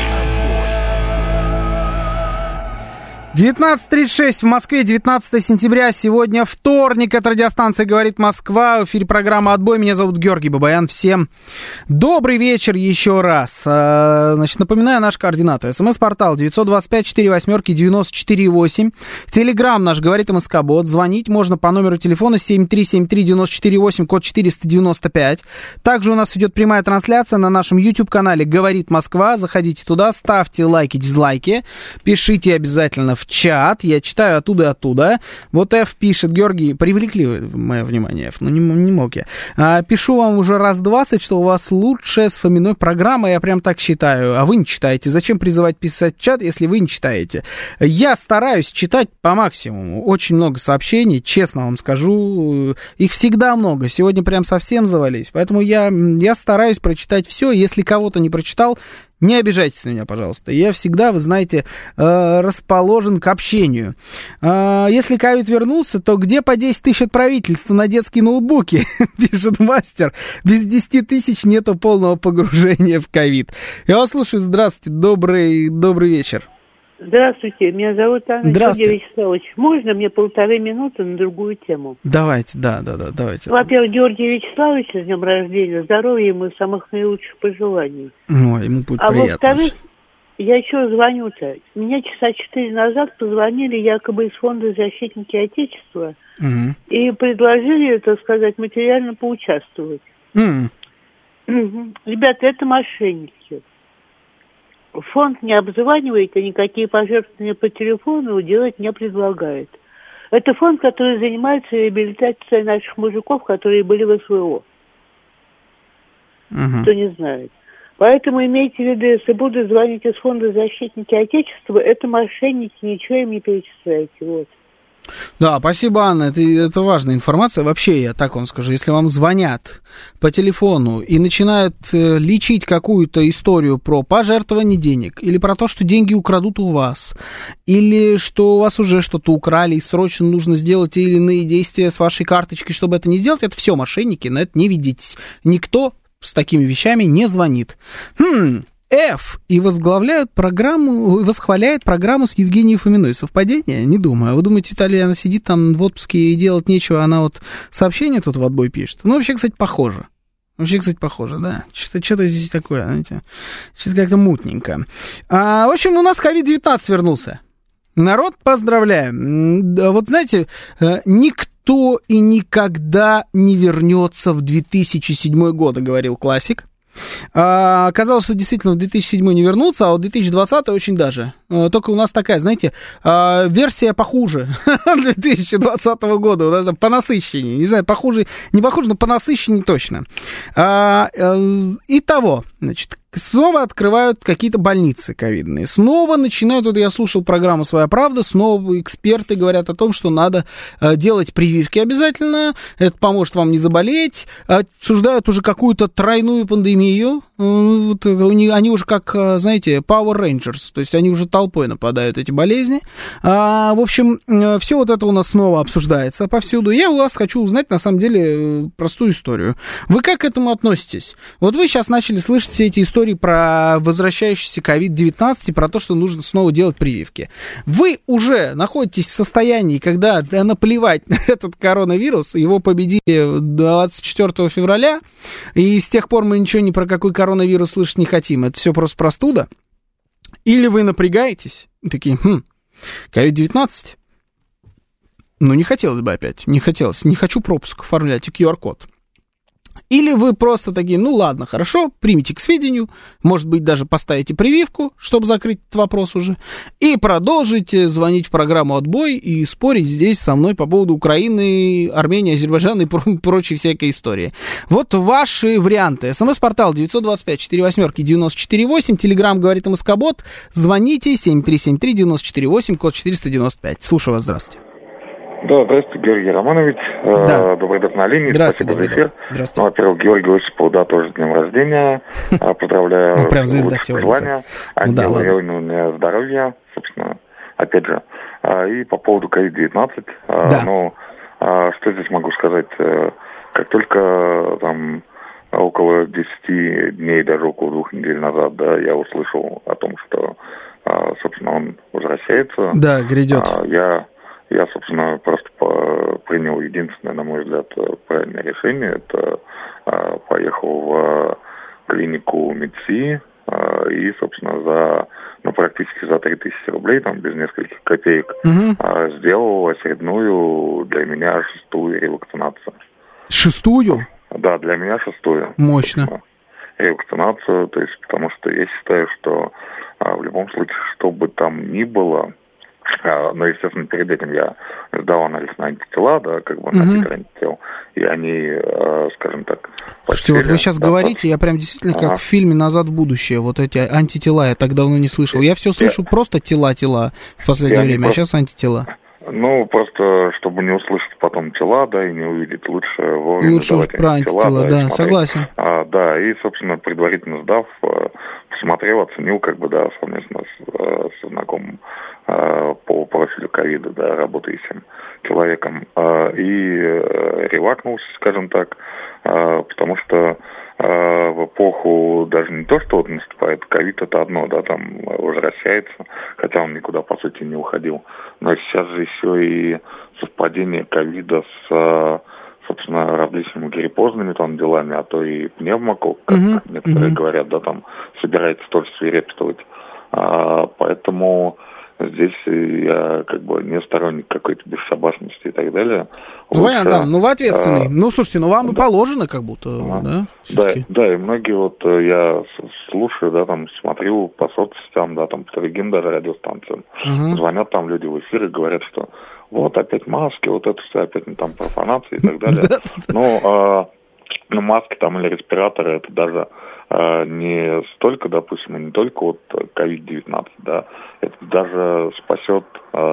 S3: 19:36 в Москве, 19 сентября, сегодня вторник, это радиостанция «Говорит Москва», в эфире программа «Отбой», меня зовут Георгий Бабаян, всем добрый вечер еще раз. Значит, напоминаю, наши координаты: СМС-портал 925-48-94-8, Телеграм наш «Говорит МСК-бот», звонить можно по номеру телефона 7373948, код 495, также у нас идет прямая трансляция на нашем YouTube-канале «Говорит Москва», заходите туда, ставьте лайки, дизлайки, пишите обязательно в чат, я читаю оттуда и оттуда. Вот F пишет: Георгий, привлекли мое внимание, F, но не мог я. Пишу вам уже раз 20, что у вас лучшая с Фоминой программа, я прям так считаю, а вы не читаете. Зачем призывать писать в чат, если вы не читаете? Я стараюсь читать по максимуму, очень много сообщений, честно вам скажу, их всегда много, сегодня прям совсем завались, поэтому я стараюсь прочитать все, если кого-то не прочитал, Не обижайтесь на меня, пожалуйста. Я всегда, вы знаете, расположен к общению. Если ковид вернулся, то где по 10 тысяч от правительства на детские ноутбуки? Пишет мастер. Без 10 тысяч нету полного погружения в ковид. Я вас слушаю. Здравствуйте. Добрый вечер.
S13: Здравствуйте, меня зовут Анна Георгий Вячеславович. Можно мне 1,5 минуты на другую тему?
S3: Давайте, да, давайте.
S13: Во-первых, Георгий Вячеславович с днем рождения, здоровья ему и самых наилучших пожеланий.
S3: Ой, ему будет приятно.
S13: Во-вторых, я чего звоню-то? Меня часа 4 назад позвонили якобы из фонда «Защитники Отечества» и предложили, так сказать, материально поучаствовать. Ребята, это мошенники. Фонд не обзванивает, и никакие пожертвования по телефону делать не предлагает. Это фонд, который занимается реабилитацией наших мужиков, которые были в СВО. Кто не знает. Поэтому имейте в виду, если будут звонить из фонда «Защитники Отечества», это мошенники, ничего им не перечисляйте. Вот.
S3: Да, спасибо, Анна, это важная информация. Вообще, я так вам скажу, если вам звонят по телефону и начинают лечить какую-то историю про пожертвование денег, или про то, что деньги украдут у вас, или что у вас уже что-то украли, и срочно нужно сделать те или иные действия с вашей карточкой, чтобы это не сделать, это все мошенники, на это не ведитесь. Никто с такими вещами не звонит. И восхваляет программу с Евгенией Фоминой. Совпадение? Не думаю. А вы думаете, Виталий, она сидит там в отпуске и делать нечего, она вот сообщение тут в отбой пишет? Ну, вообще, кстати, похоже. Да. Что-то здесь такое, знаете, что-то как-то мутненько. В общем, у нас COVID-19 вернулся. Народ, поздравляем. Вот знаете, никто и никогда не вернется в 2007 год, говорил классик. Оказалось, что действительно в 2007 не вернуться, а в 2020 очень даже. Только у нас такая, знаете, версия похуже 2020 года, у нас понасыщеннее. Не знаю, похуже, не похуже, но понасыщеннее точно. Итого, значит, снова открывают какие-то больницы ковидные. Снова начинают, вот я слушал программу «Своя правда», снова эксперты говорят о том, что надо делать прививки обязательно, это поможет вам не заболеть. Обсуждают уже какую-то тройную пандемию. Вот, они уже как, знаете, Power Rangers, то есть они уже толпой нападают, эти болезни. В общем, все вот это у нас снова обсуждается повсюду. Я у вас хочу узнать, на самом деле, простую историю. Вы как к этому относитесь? Вот вы сейчас начали слышать все эти истории про возвращающийся COVID-19 и про то, что нужно снова делать прививки. Вы уже находитесь в состоянии, когда наплевать на этот коронавирус, его победили 24 февраля, и с тех пор мы ничего ни про какой коронавирус слышать не хотим. Это все просто простуда. Или вы напрягаетесь, такие, COVID-19, ну не хотелось бы опять, не хочу пропуск оформлять и QR-код. Или вы просто такие, ну ладно, хорошо, примите к сведению, может быть, даже поставите прививку, чтобы закрыть этот вопрос уже, и продолжите звонить в программу «Отбой» и спорить здесь со мной по поводу Украины, Армении, Азербайджана и прочей всякой истории. Вот ваши варианты. СМС-портал 925-48-94-8, Телеграм говорит МСК-бот, звоните 7373-94-8, код 495. Слушаю вас, здравствуйте.
S14: Да, здравствуйте, Георгий Романович. Да. Добрый день на линии. Спасибо за эфир.
S3: Здравствуйте.
S14: Во-первых, Георгий Осипов, да, тоже с днем рождения. Поздравляю.
S3: Прям звезда сегодня.
S14: Ангела Леонидовна, здоровья, собственно, опять же. И по поводу COVID-19. Ну, что здесь могу сказать? Как только там около 10 дней, даже около 2 недель назад, да, я услышал о том, что, собственно, он возвращается.
S3: Да, грядет.
S14: Я, собственно, просто принял единственное, на мой взгляд, правильное решение. Это поехал в клинику МИДСИ и, собственно, практически за 3000 рублей, там, без нескольких копеек, сделал очередную для меня 6-ю ревакцинацию.
S3: 6-ю?
S14: Да, для меня 6-ю.
S3: Мощно.
S14: Ревакцинацию, то есть, потому что я считаю, что в любом случае, что бы там ни было, но, естественно, перед этим я сдал анализ на антитела, да, как бы на титр антител, и они, скажем так...
S3: Слушайте, вот вы сейчас говорите, я прям действительно как в фильме «Назад в будущее», вот эти антитела я так давно не слышал. Я все слышу просто тела в последнее время, а сейчас антитела.
S14: Ну, просто, чтобы не услышать потом тела, да, и не увидеть, лучше вовремя
S3: лучше
S14: давать
S3: тела, да, согласен.
S14: Да, и, собственно, предварительно сдав, посмотрел, оценил, как бы, да, совместно со знакомым по профилю ковида, да, работающим человеком, и релакнулся, скажем так, потому что в эпоху даже не то, что вот наступает ковид, это одно, да, там возвращается, хотя он никуда, по сути, не уходил. Но сейчас же еще и совпадение ковида с, собственно, различными гриппозными там делами, а то и пневмокок, как некоторые говорят, да, там собирается тоже свирепствовать. Поэтому здесь я как бы не сторонник какой-то бесшабашности и так далее.
S3: Ну, понятно, да, ну вы ответственный. Ну, слушайте, ну вам и положено как будто, да?
S14: Да, и многие вот я слушаю, да, там смотрю по соцсетям, да, там по другим даже радиостанциям. Звонят там люди в эфир и говорят, что вот опять маски, вот это все опять там профанация и так далее. Но маски там или респираторы, это даже не столько, допустим, не только от COVID-19, да, это даже спасет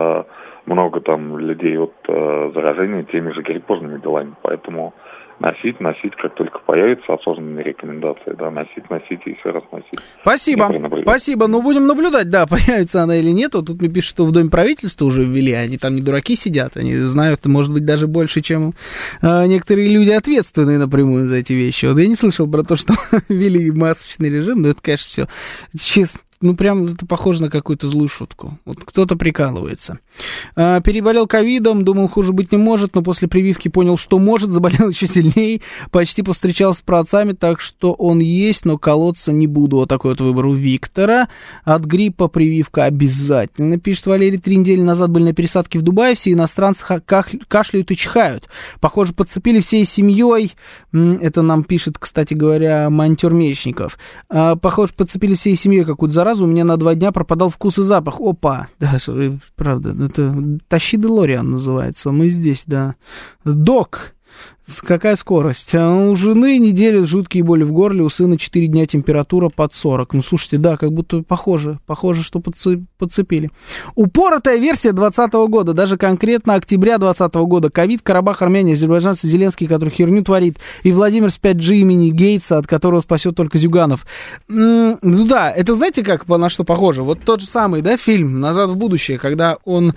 S14: много там людей от заражения теми же гриппозными делами, поэтому носить, как только появятся осознанные рекомендации, да, носить и еще раз носить.
S3: Спасибо, ну будем наблюдать, да, появится она или нет. Вот тут мне пишут, что в Доме правительства уже ввели, они там не дураки сидят, они знают, может быть, даже больше, чем некоторые люди, ответственные напрямую за эти вещи. Вот я не слышал про то, что ввели масочный режим, но это, конечно, все честно. Ну, прям это похоже на какую-то злую шутку. Вот кто-то прикалывается. Переболел ковидом, думал, хуже быть не может, но после прививки понял, что может, заболел еще сильнее, почти повстречался с праотцами, так что он есть, но колоться не буду. Вот такой вот выбор у Виктора. От гриппа прививка обязательно, пишет Валерий. 3 недели назад были на пересадке в Дубае, все иностранцы кашляют и чихают. Похоже, подцепили всей семьей. Это нам пишет, кстати говоря, монтер Мечников. Похоже, подцепили всей семьей какую-то заразу. У меня на 2 дня пропадал вкус и запах. Опа! Да, правда, это «Тащи Делориан» называется. Мы здесь, да. Док! Какая скорость? У жены неделю жуткие боли в горле, у сына 4 дня температура под 40. Ну, слушайте, да, как будто похоже, что подцепили. Упоротая версия 2020 года, даже конкретно октября 2020 года. Ковид, Карабах, Армения, азербайджанцы, Зеленский, который херню творит, и Владимир с 5G имени Гейтса, от которого спасет только Зюганов. Ну да, это знаете, как на что похоже? Вот тот же самый, да, фильм «Назад в будущее», когда он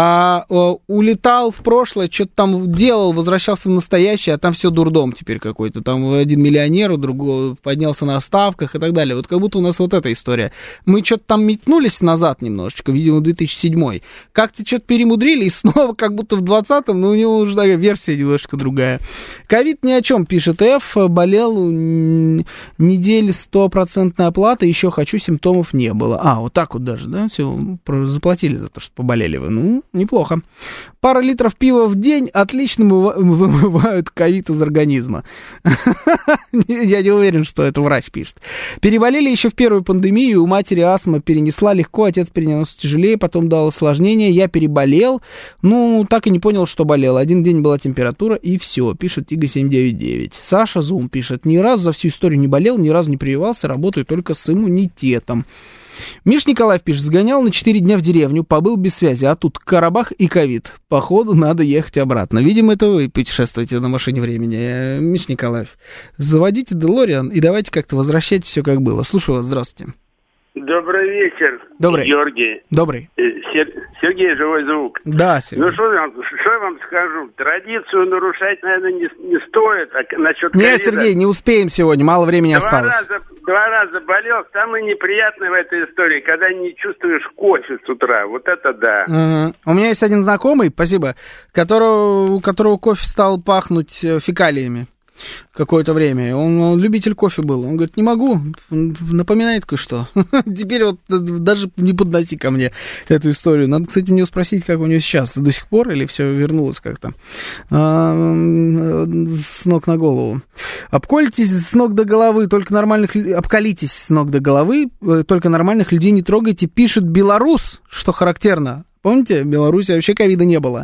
S3: улетал в прошлое, что-то там делал, возвращался в настоящее, а там все дурдом теперь какой-то. Там один миллионер, у другого поднялся на ставках и так далее. Вот как будто у нас вот эта история. Мы что-то там метнулись назад немножечко, видимо, 2007. Как-то что-то перемудрили, и снова как будто в 20-м, но у него уже такая версия немножко другая. Ковид ни о чем, пишет Ф. Болел неделю 100% оплата, еще хочу, симптомов не было. Вот так вот даже, да, все, заплатили за то, что поболели вы. Ну, неплохо. Пара литров пива в день отлично вымывают ковид из организма. Я не уверен, что это врач пишет. Переболели еще в первую пандемию, у матери астма перенесла легко, отец перенес тяжелее, потом дал осложнение, я переболел, ну, так и не понял, что болел. 1 день была температура, и все, пишет Тига 799. Саша Зум пишет, ни разу за всю историю не болел, ни разу не прививался, работаю только с иммунитетом. Миш Николаев пишет, сгонял на 4 дня в деревню, побыл без связи, а тут Карабах и ковид. Походу, надо ехать обратно. Видимо, это вы путешествуете на машине времени. Миш Николаев, заводите Делориан и давайте как-то возвращать все как было. Слушаю вас, здравствуйте.
S15: Добрый вечер,
S3: Добрый.
S15: Георгий.
S3: Добрый.
S15: Сергей, живой звук.
S3: Да, Сергей.
S15: Ну, что я вам скажу? Традицию нарушать, наверное, не стоит. А насчет
S3: не,
S15: ковида...
S3: Сергей, не успеем сегодня, мало времени осталось.
S15: 2 раза болел. Самое неприятное в этой истории, когда не чувствуешь кофе с утра. Вот это да.
S3: У меня есть один знакомый, спасибо, у которого кофе стал пахнуть фекалиями какое-то время. Он любитель кофе был. Он говорит, не могу, напоминает кое-что. Теперь вот даже не подноси ко мне эту историю. Надо, кстати, у него спросить, как у него сейчас. До сих пор или все вернулось как-то с ног на голову. Обколитесь с ног до головы, обколитесь с ног до головы, только нормальных людей не трогайте, пишет белорус, что характерно. Помните, в Беларуси вообще ковида не было.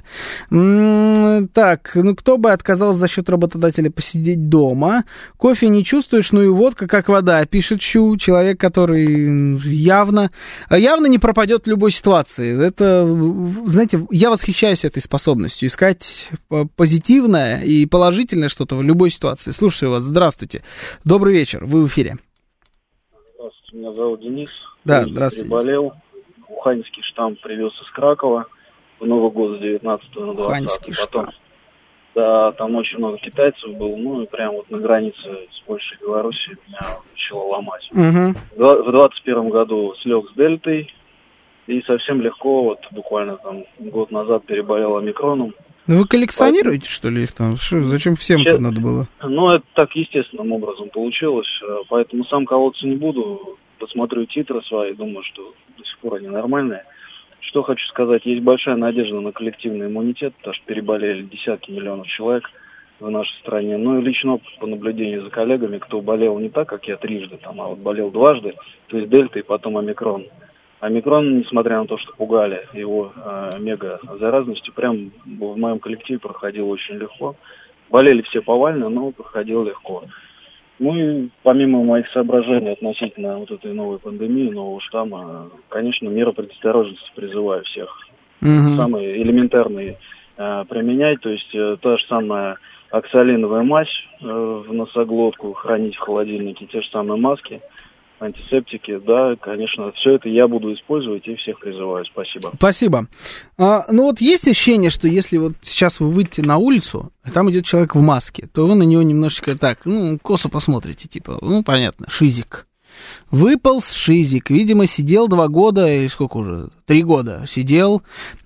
S3: Так, ну кто бы отказался за счет работодателя посидеть дома? Кофе не чувствуешь, ну и водка как вода, пишет Щу, человек, который явно не пропадет в любой ситуации. Это, знаете, я восхищаюсь этой способностью искать позитивное и положительное что-то в любой ситуации. Слушаю вас, здравствуйте. Добрый вечер, вы в эфире.
S16: Здравствуйте, меня зовут Денис.
S3: Да, здравствуйте.
S16: Приболел. Уханьский штамм привез из Кракова в Новый год с 19 на 20.
S3: Уханьский штамм.
S16: Да, там очень много китайцев было, ну и прям вот на границе с Польшей и Белоруссией меня начало ломать. В 21 году слег с дельтой и совсем легко, вот буквально там год назад переболел омикроном.
S3: Ну вы коллекционируете, что ли, их там? Зачем всем это надо было?
S16: Ну, это так естественным образом получилось, поэтому сам колоться не буду. Посмотрю титры свои, думаю, что до сих пор они нормальные. Что хочу сказать, есть большая надежда на коллективный иммунитет, потому что переболели десятки миллионов человек в нашей стране. Ну и лично по наблюдению за коллегами, кто болел не так, как я трижды, а вот болел дважды, то есть дельта и потом омикрон. Омикрон, несмотря на то, что пугали его мега-заразностью, прям в моем коллективе проходил очень легко. Болели все повально, но проходил легко. Ну и помимо моих соображений относительно вот этой новой пандемии, нового штамма, конечно, меры предосторожности призываю всех. Самые элементарные применять, то есть та же самая оксалиновая мазь в носоглотку хранить в холодильнике, те же самые маски, антисептики, да, конечно, все это я буду использовать и всех призываю. Спасибо.
S3: Спасибо. Ну вот есть ощущение, что если вот сейчас вы выйдете на улицу, и там идет человек в маске, то вы на него немножечко так, косо посмотрите, типа, понятно, шизик. Выполз шизик, видимо, сидел 2 года, и сколько уже, 3 года сидел,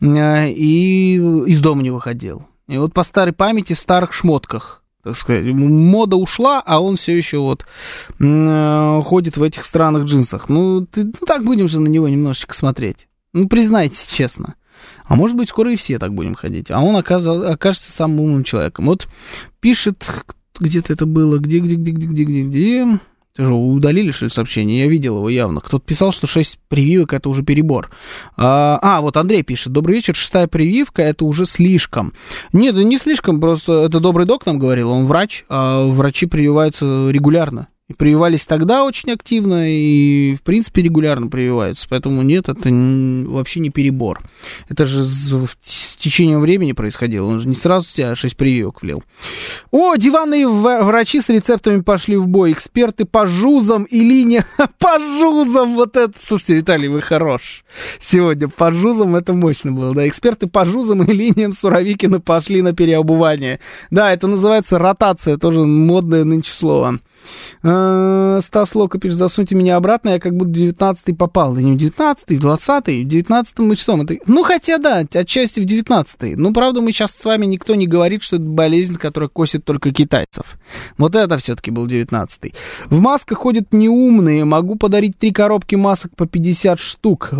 S3: и из дома не выходил. И вот по старой памяти в старых шмотках, так сказать, мода ушла, а он все еще вот ходит в этих странных джинсах. Так будем же на него немножечко смотреть. Признайтесь честно. А может быть, скоро и все так будем ходить. А он окажется самым умным человеком. Вот пишет, где-то это было, где? Это же удалили, что ли, сообщение? Я видел его явно. Кто-то писал, что 6 прививок — это уже перебор. Вот Андрей пишет. Добрый вечер, 6-я прививка — это уже слишком. Нет, не слишком, просто это добрый док нам говорил, он врач, а врачи прививаются регулярно. И прививались тогда очень активно, и, в принципе, регулярно прививаются. Поэтому нет, это вообще не перебор. Это же с течением времени происходило. Он же не сразу себя 6 прививок влил. Диванные врачи с рецептами пошли в бой. Эксперты по ЖУЗам и линиям... По ЖУЗам! Вот это... Слушайте, Виталий, вы хорош. Сегодня по ЖУЗам это мощно было. Да, эксперты по ЖУЗам и линиям Суровикина пошли на переобувание. Да, это называется ротация. Тоже модное нынче слово. Стас Локопич, засуньте меня обратно, я как будто в 19-й попал. Да не в 19-й, в 20-й, в 19-м часом. Хотя да, отчасти в 19-й. Правда, мы сейчас с вами никто не говорит, что это болезнь, которая косит только китайцев. Вот это все-таки был 19-й. В масках ходят неумные. Могу подарить 3 коробки масок по 50 штук.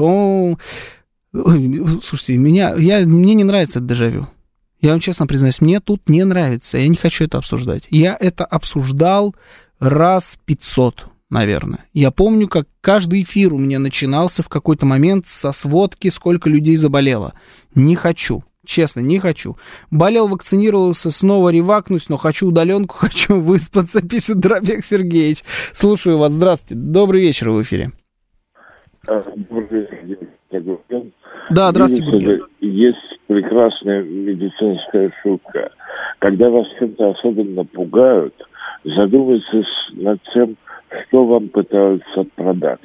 S3: Слушайте, мне не нравится это дежавю. Я вам честно признаюсь, мне тут не нравится. Я не хочу это обсуждать. Я это обсуждал раз 500, наверное. Я помню, как каждый эфир у меня начинался в какой-то момент со сводки, сколько людей заболело. Не хочу. Честно, не хочу. Болел, вакцинировался, снова ревакнусь, но хочу удаленку, хочу выспаться, пишет Дробек Сергеевич. Слушаю вас. Здравствуйте. Добрый вечер, в эфире.
S17: Добрый вечер.
S3: Да, здравствуйте, Гурген.
S17: Есть прекрасная медицинская шутка. Когда вас чем-то особенно пугают, задумайтесь над тем, что вам пытаются продать.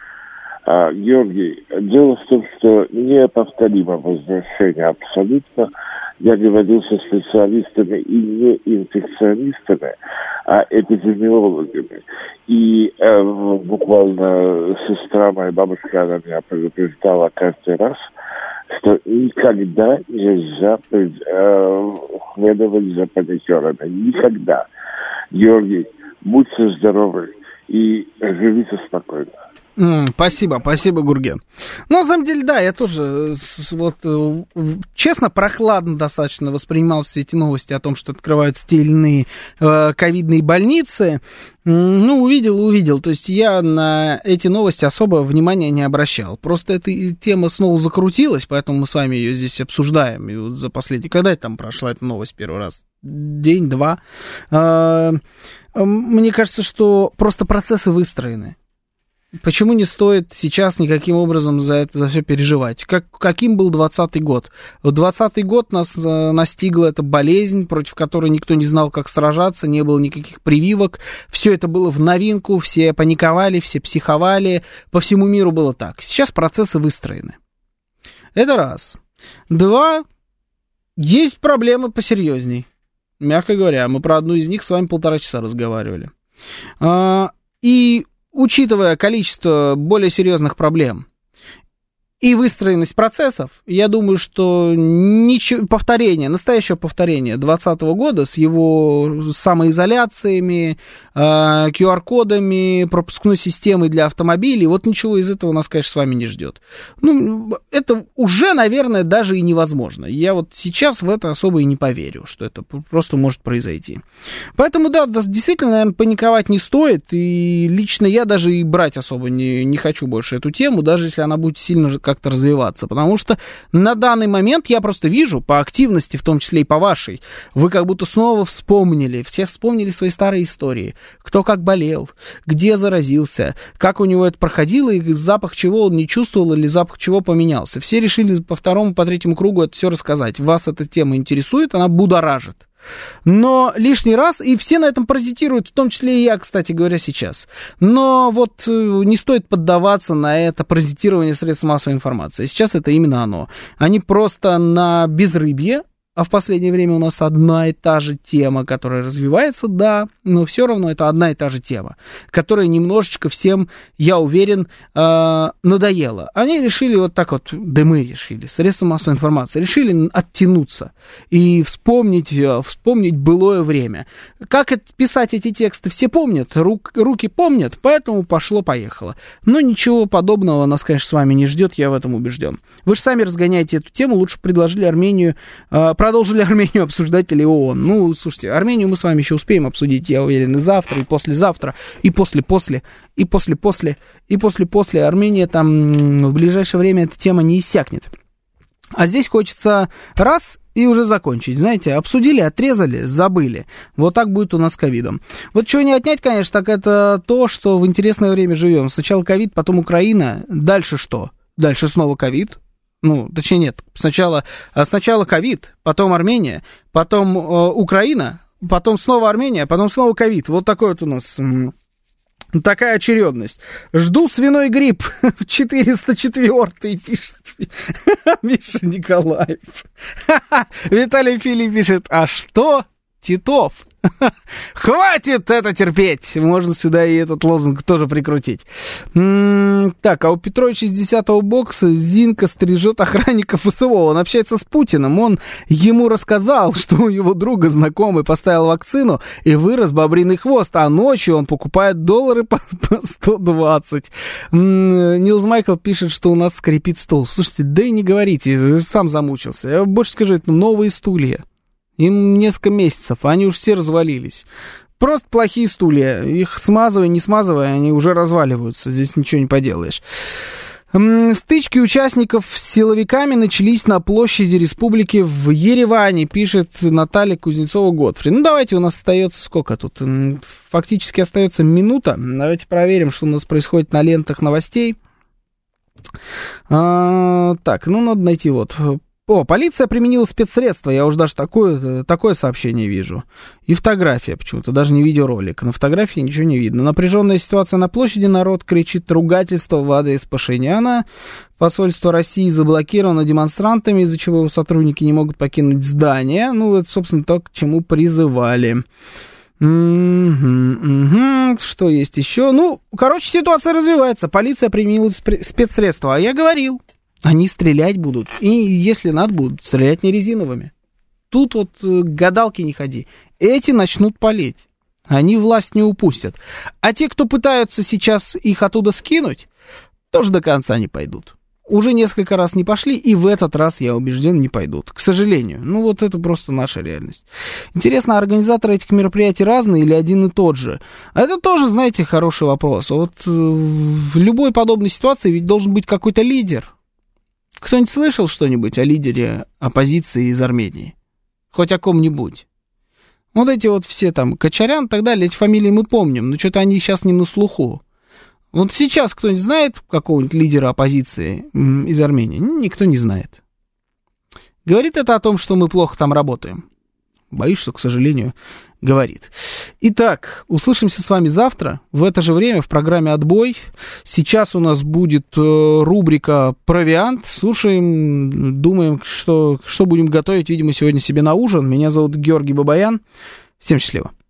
S17: Георгий, дело в том, что неповторимо возвращение абсолютно. Я говорил со специалистами и не инфекционистами, а эпидемиологами. И буквально сестра, моя бабушка, она меня предупреждала каждый раз, что никогда нельзя следовать за паникерами. Никогда. Георгий, будьте здоровы и живите спокойно.
S3: Спасибо, Гурген. Ну, на самом деле, да, я тоже, вот, честно, прохладно достаточно воспринимал все эти новости о том, что открываются те или иные ковидные больницы. Ну, увидел. То есть я на эти новости особо внимания не обращал. Просто эта тема снова закрутилась, поэтому мы с вами ее здесь обсуждаем. И вот за последний... Когда там прошла эта новость первый раз? День-два. Мне кажется, что просто процессы выстроены. Почему не стоит сейчас никаким образом за все переживать? Каким был 2020 год? В 2020 год нас настигла эта болезнь, против которой никто не знал, как сражаться, не было никаких прививок. Все это было в новинку, все паниковали, все психовали. По всему миру было так. Сейчас процессы выстроены. Это раз. Два. Есть проблемы посерьезней. Мягко говоря, мы про одну из них с вами 1,5 часа разговаривали. И учитывая количество более серьезных проблем и выстроенность процессов, я думаю, что настоящее повторение 2020 года с его самоизоляциями, QR-кодами, пропускной системой для автомобилей, вот ничего из этого нас, конечно, с вами не ждет. Ну, это уже, наверное, даже и невозможно. Я вот сейчас в это особо и не поверю, что это просто может произойти. Поэтому, да, действительно, наверное, паниковать не стоит, и лично я даже и брать особо не хочу больше эту тему, даже если она будет сильно как-то развиваться, потому что на данный момент я просто вижу по активности, в том числе и по вашей, вы как будто снова вспомнили, все вспомнили свои старые истории, кто как болел, где заразился, как у него это проходило, и запах чего он не чувствовал, или запах чего поменялся. Все решили по второму, по третьему кругу это все рассказать. Вас эта тема интересует, она будоражит. Но лишний раз, и все на этом паразитируют, в том числе и я, кстати говоря, сейчас. Но вот не стоит поддаваться на это паразитирование средств массовой информации. Сейчас это именно оно. Они просто на безрыбье, а в последнее время у нас одна и та же тема, которая развивается, да, но все равно это одна и та же тема, которая немножечко всем, я уверен, надоела. Они решили вот так вот, да мы решили, средства массовой информации, решили оттянуться и вспомнить былое время. Как писать эти тексты все помнят, руки помнят, поэтому пошло-поехало. Но ничего подобного нас, конечно, с вами не ждет, я в этом убежден. Вы же сами разгоняете эту тему, лучше продолжили Армению обсуждать или ООН. Ну, слушайте, Армению мы с вами еще успеем обсудить, я уверен, и завтра, и послезавтра, и после. Армения там в ближайшее время эта тема не иссякнет. А здесь хочется раз и уже закончить. Знаете, обсудили, отрезали, забыли. Вот так будет у нас с ковидом. Вот чего не отнять, конечно, так это то, что в интересное время живем. Сначала ковид, потом Украина. Дальше что? Дальше снова ковид. Ну, точнее, нет. Сначала ковид, потом Армения, потом Украина, потом снова Армения, потом снова ковид. Вот такой вот у нас... Такая очередность. Жду свиной грипп. 404-й пишет Миша Николаев. Виталий Филипп пишет, а что Титов? Хватит это терпеть. Можно сюда и этот лозунг тоже прикрутить. Так, а у Петровича из 10-го бокса Зинка стрижет охранников ФСО. Он общается с Путиным. Он ему рассказал, что у его друга знакомый поставил вакцину и вырос бобриный хвост, а ночью он покупает доллары по 120. Нилс Майкл пишет, что у нас скрипит стол. Слушайте, да и не говорите, сам замучился. Я больше скажу, это новые стулья. Им несколько месяцев, они уж все развалились. Просто плохие стулья. Их смазывай, не смазывай, они уже разваливаются. Здесь ничего не поделаешь. Стычки участников с силовиками начались на площади Республики в Ереване, пишет Наталья Кузнецова-Готфри. Ну, давайте, у нас остается сколько тут? Фактически остается минута. Давайте проверим, что у нас происходит на лентах новостей. Так, ну, надо найти вот... полиция применила спецсредства, я уже даже такое сообщение вижу. И фотография почему-то, даже не видеоролик. На фотографии ничего не видно. Напряженная ситуация на площади, народ кричит ругательство в адрес Пашиняна. Посольство России заблокировано демонстрантами, из-за чего его сотрудники не могут покинуть здание. Ну, это, собственно, то, к чему призывали. Что есть еще? Ну, короче, ситуация развивается. Полиция применила спецсредства, а я говорил. Они стрелять будут. И если надо, будут стрелять не резиновыми. Тут вот гадалки не ходи. Эти начнут палить. Они власть не упустят. А те, кто пытаются сейчас их оттуда скинуть, тоже до конца не пойдут. Уже несколько раз не пошли, и в этот раз, я убежден, не пойдут. К сожалению. Ну, вот это просто наша реальность. Интересно, организаторы этих мероприятий разные или один и тот же? А это тоже, знаете, хороший вопрос. Вот в любой подобной ситуации ведь должен быть какой-то лидер. Кто-нибудь слышал что-нибудь о лидере оппозиции из Армении? Хоть о ком-нибудь? Вот эти вот все там, Кочарян и так далее, эти фамилии мы помним, но что-то они сейчас не на слуху. Вот сейчас кто-нибудь знает какого-нибудь лидера оппозиции из Армении? Никто не знает. Говорит это о том, что мы плохо там работаем? Боюсь, что, к сожалению, говорит. Итак, услышимся с вами завтра в это же время в программе «Отбой». Сейчас у нас будет рубрика «Провиант». Слушаем, думаем, что будем готовить, видимо, сегодня себе на ужин. Меня зовут Георгий Бабаян. Всем счастливо.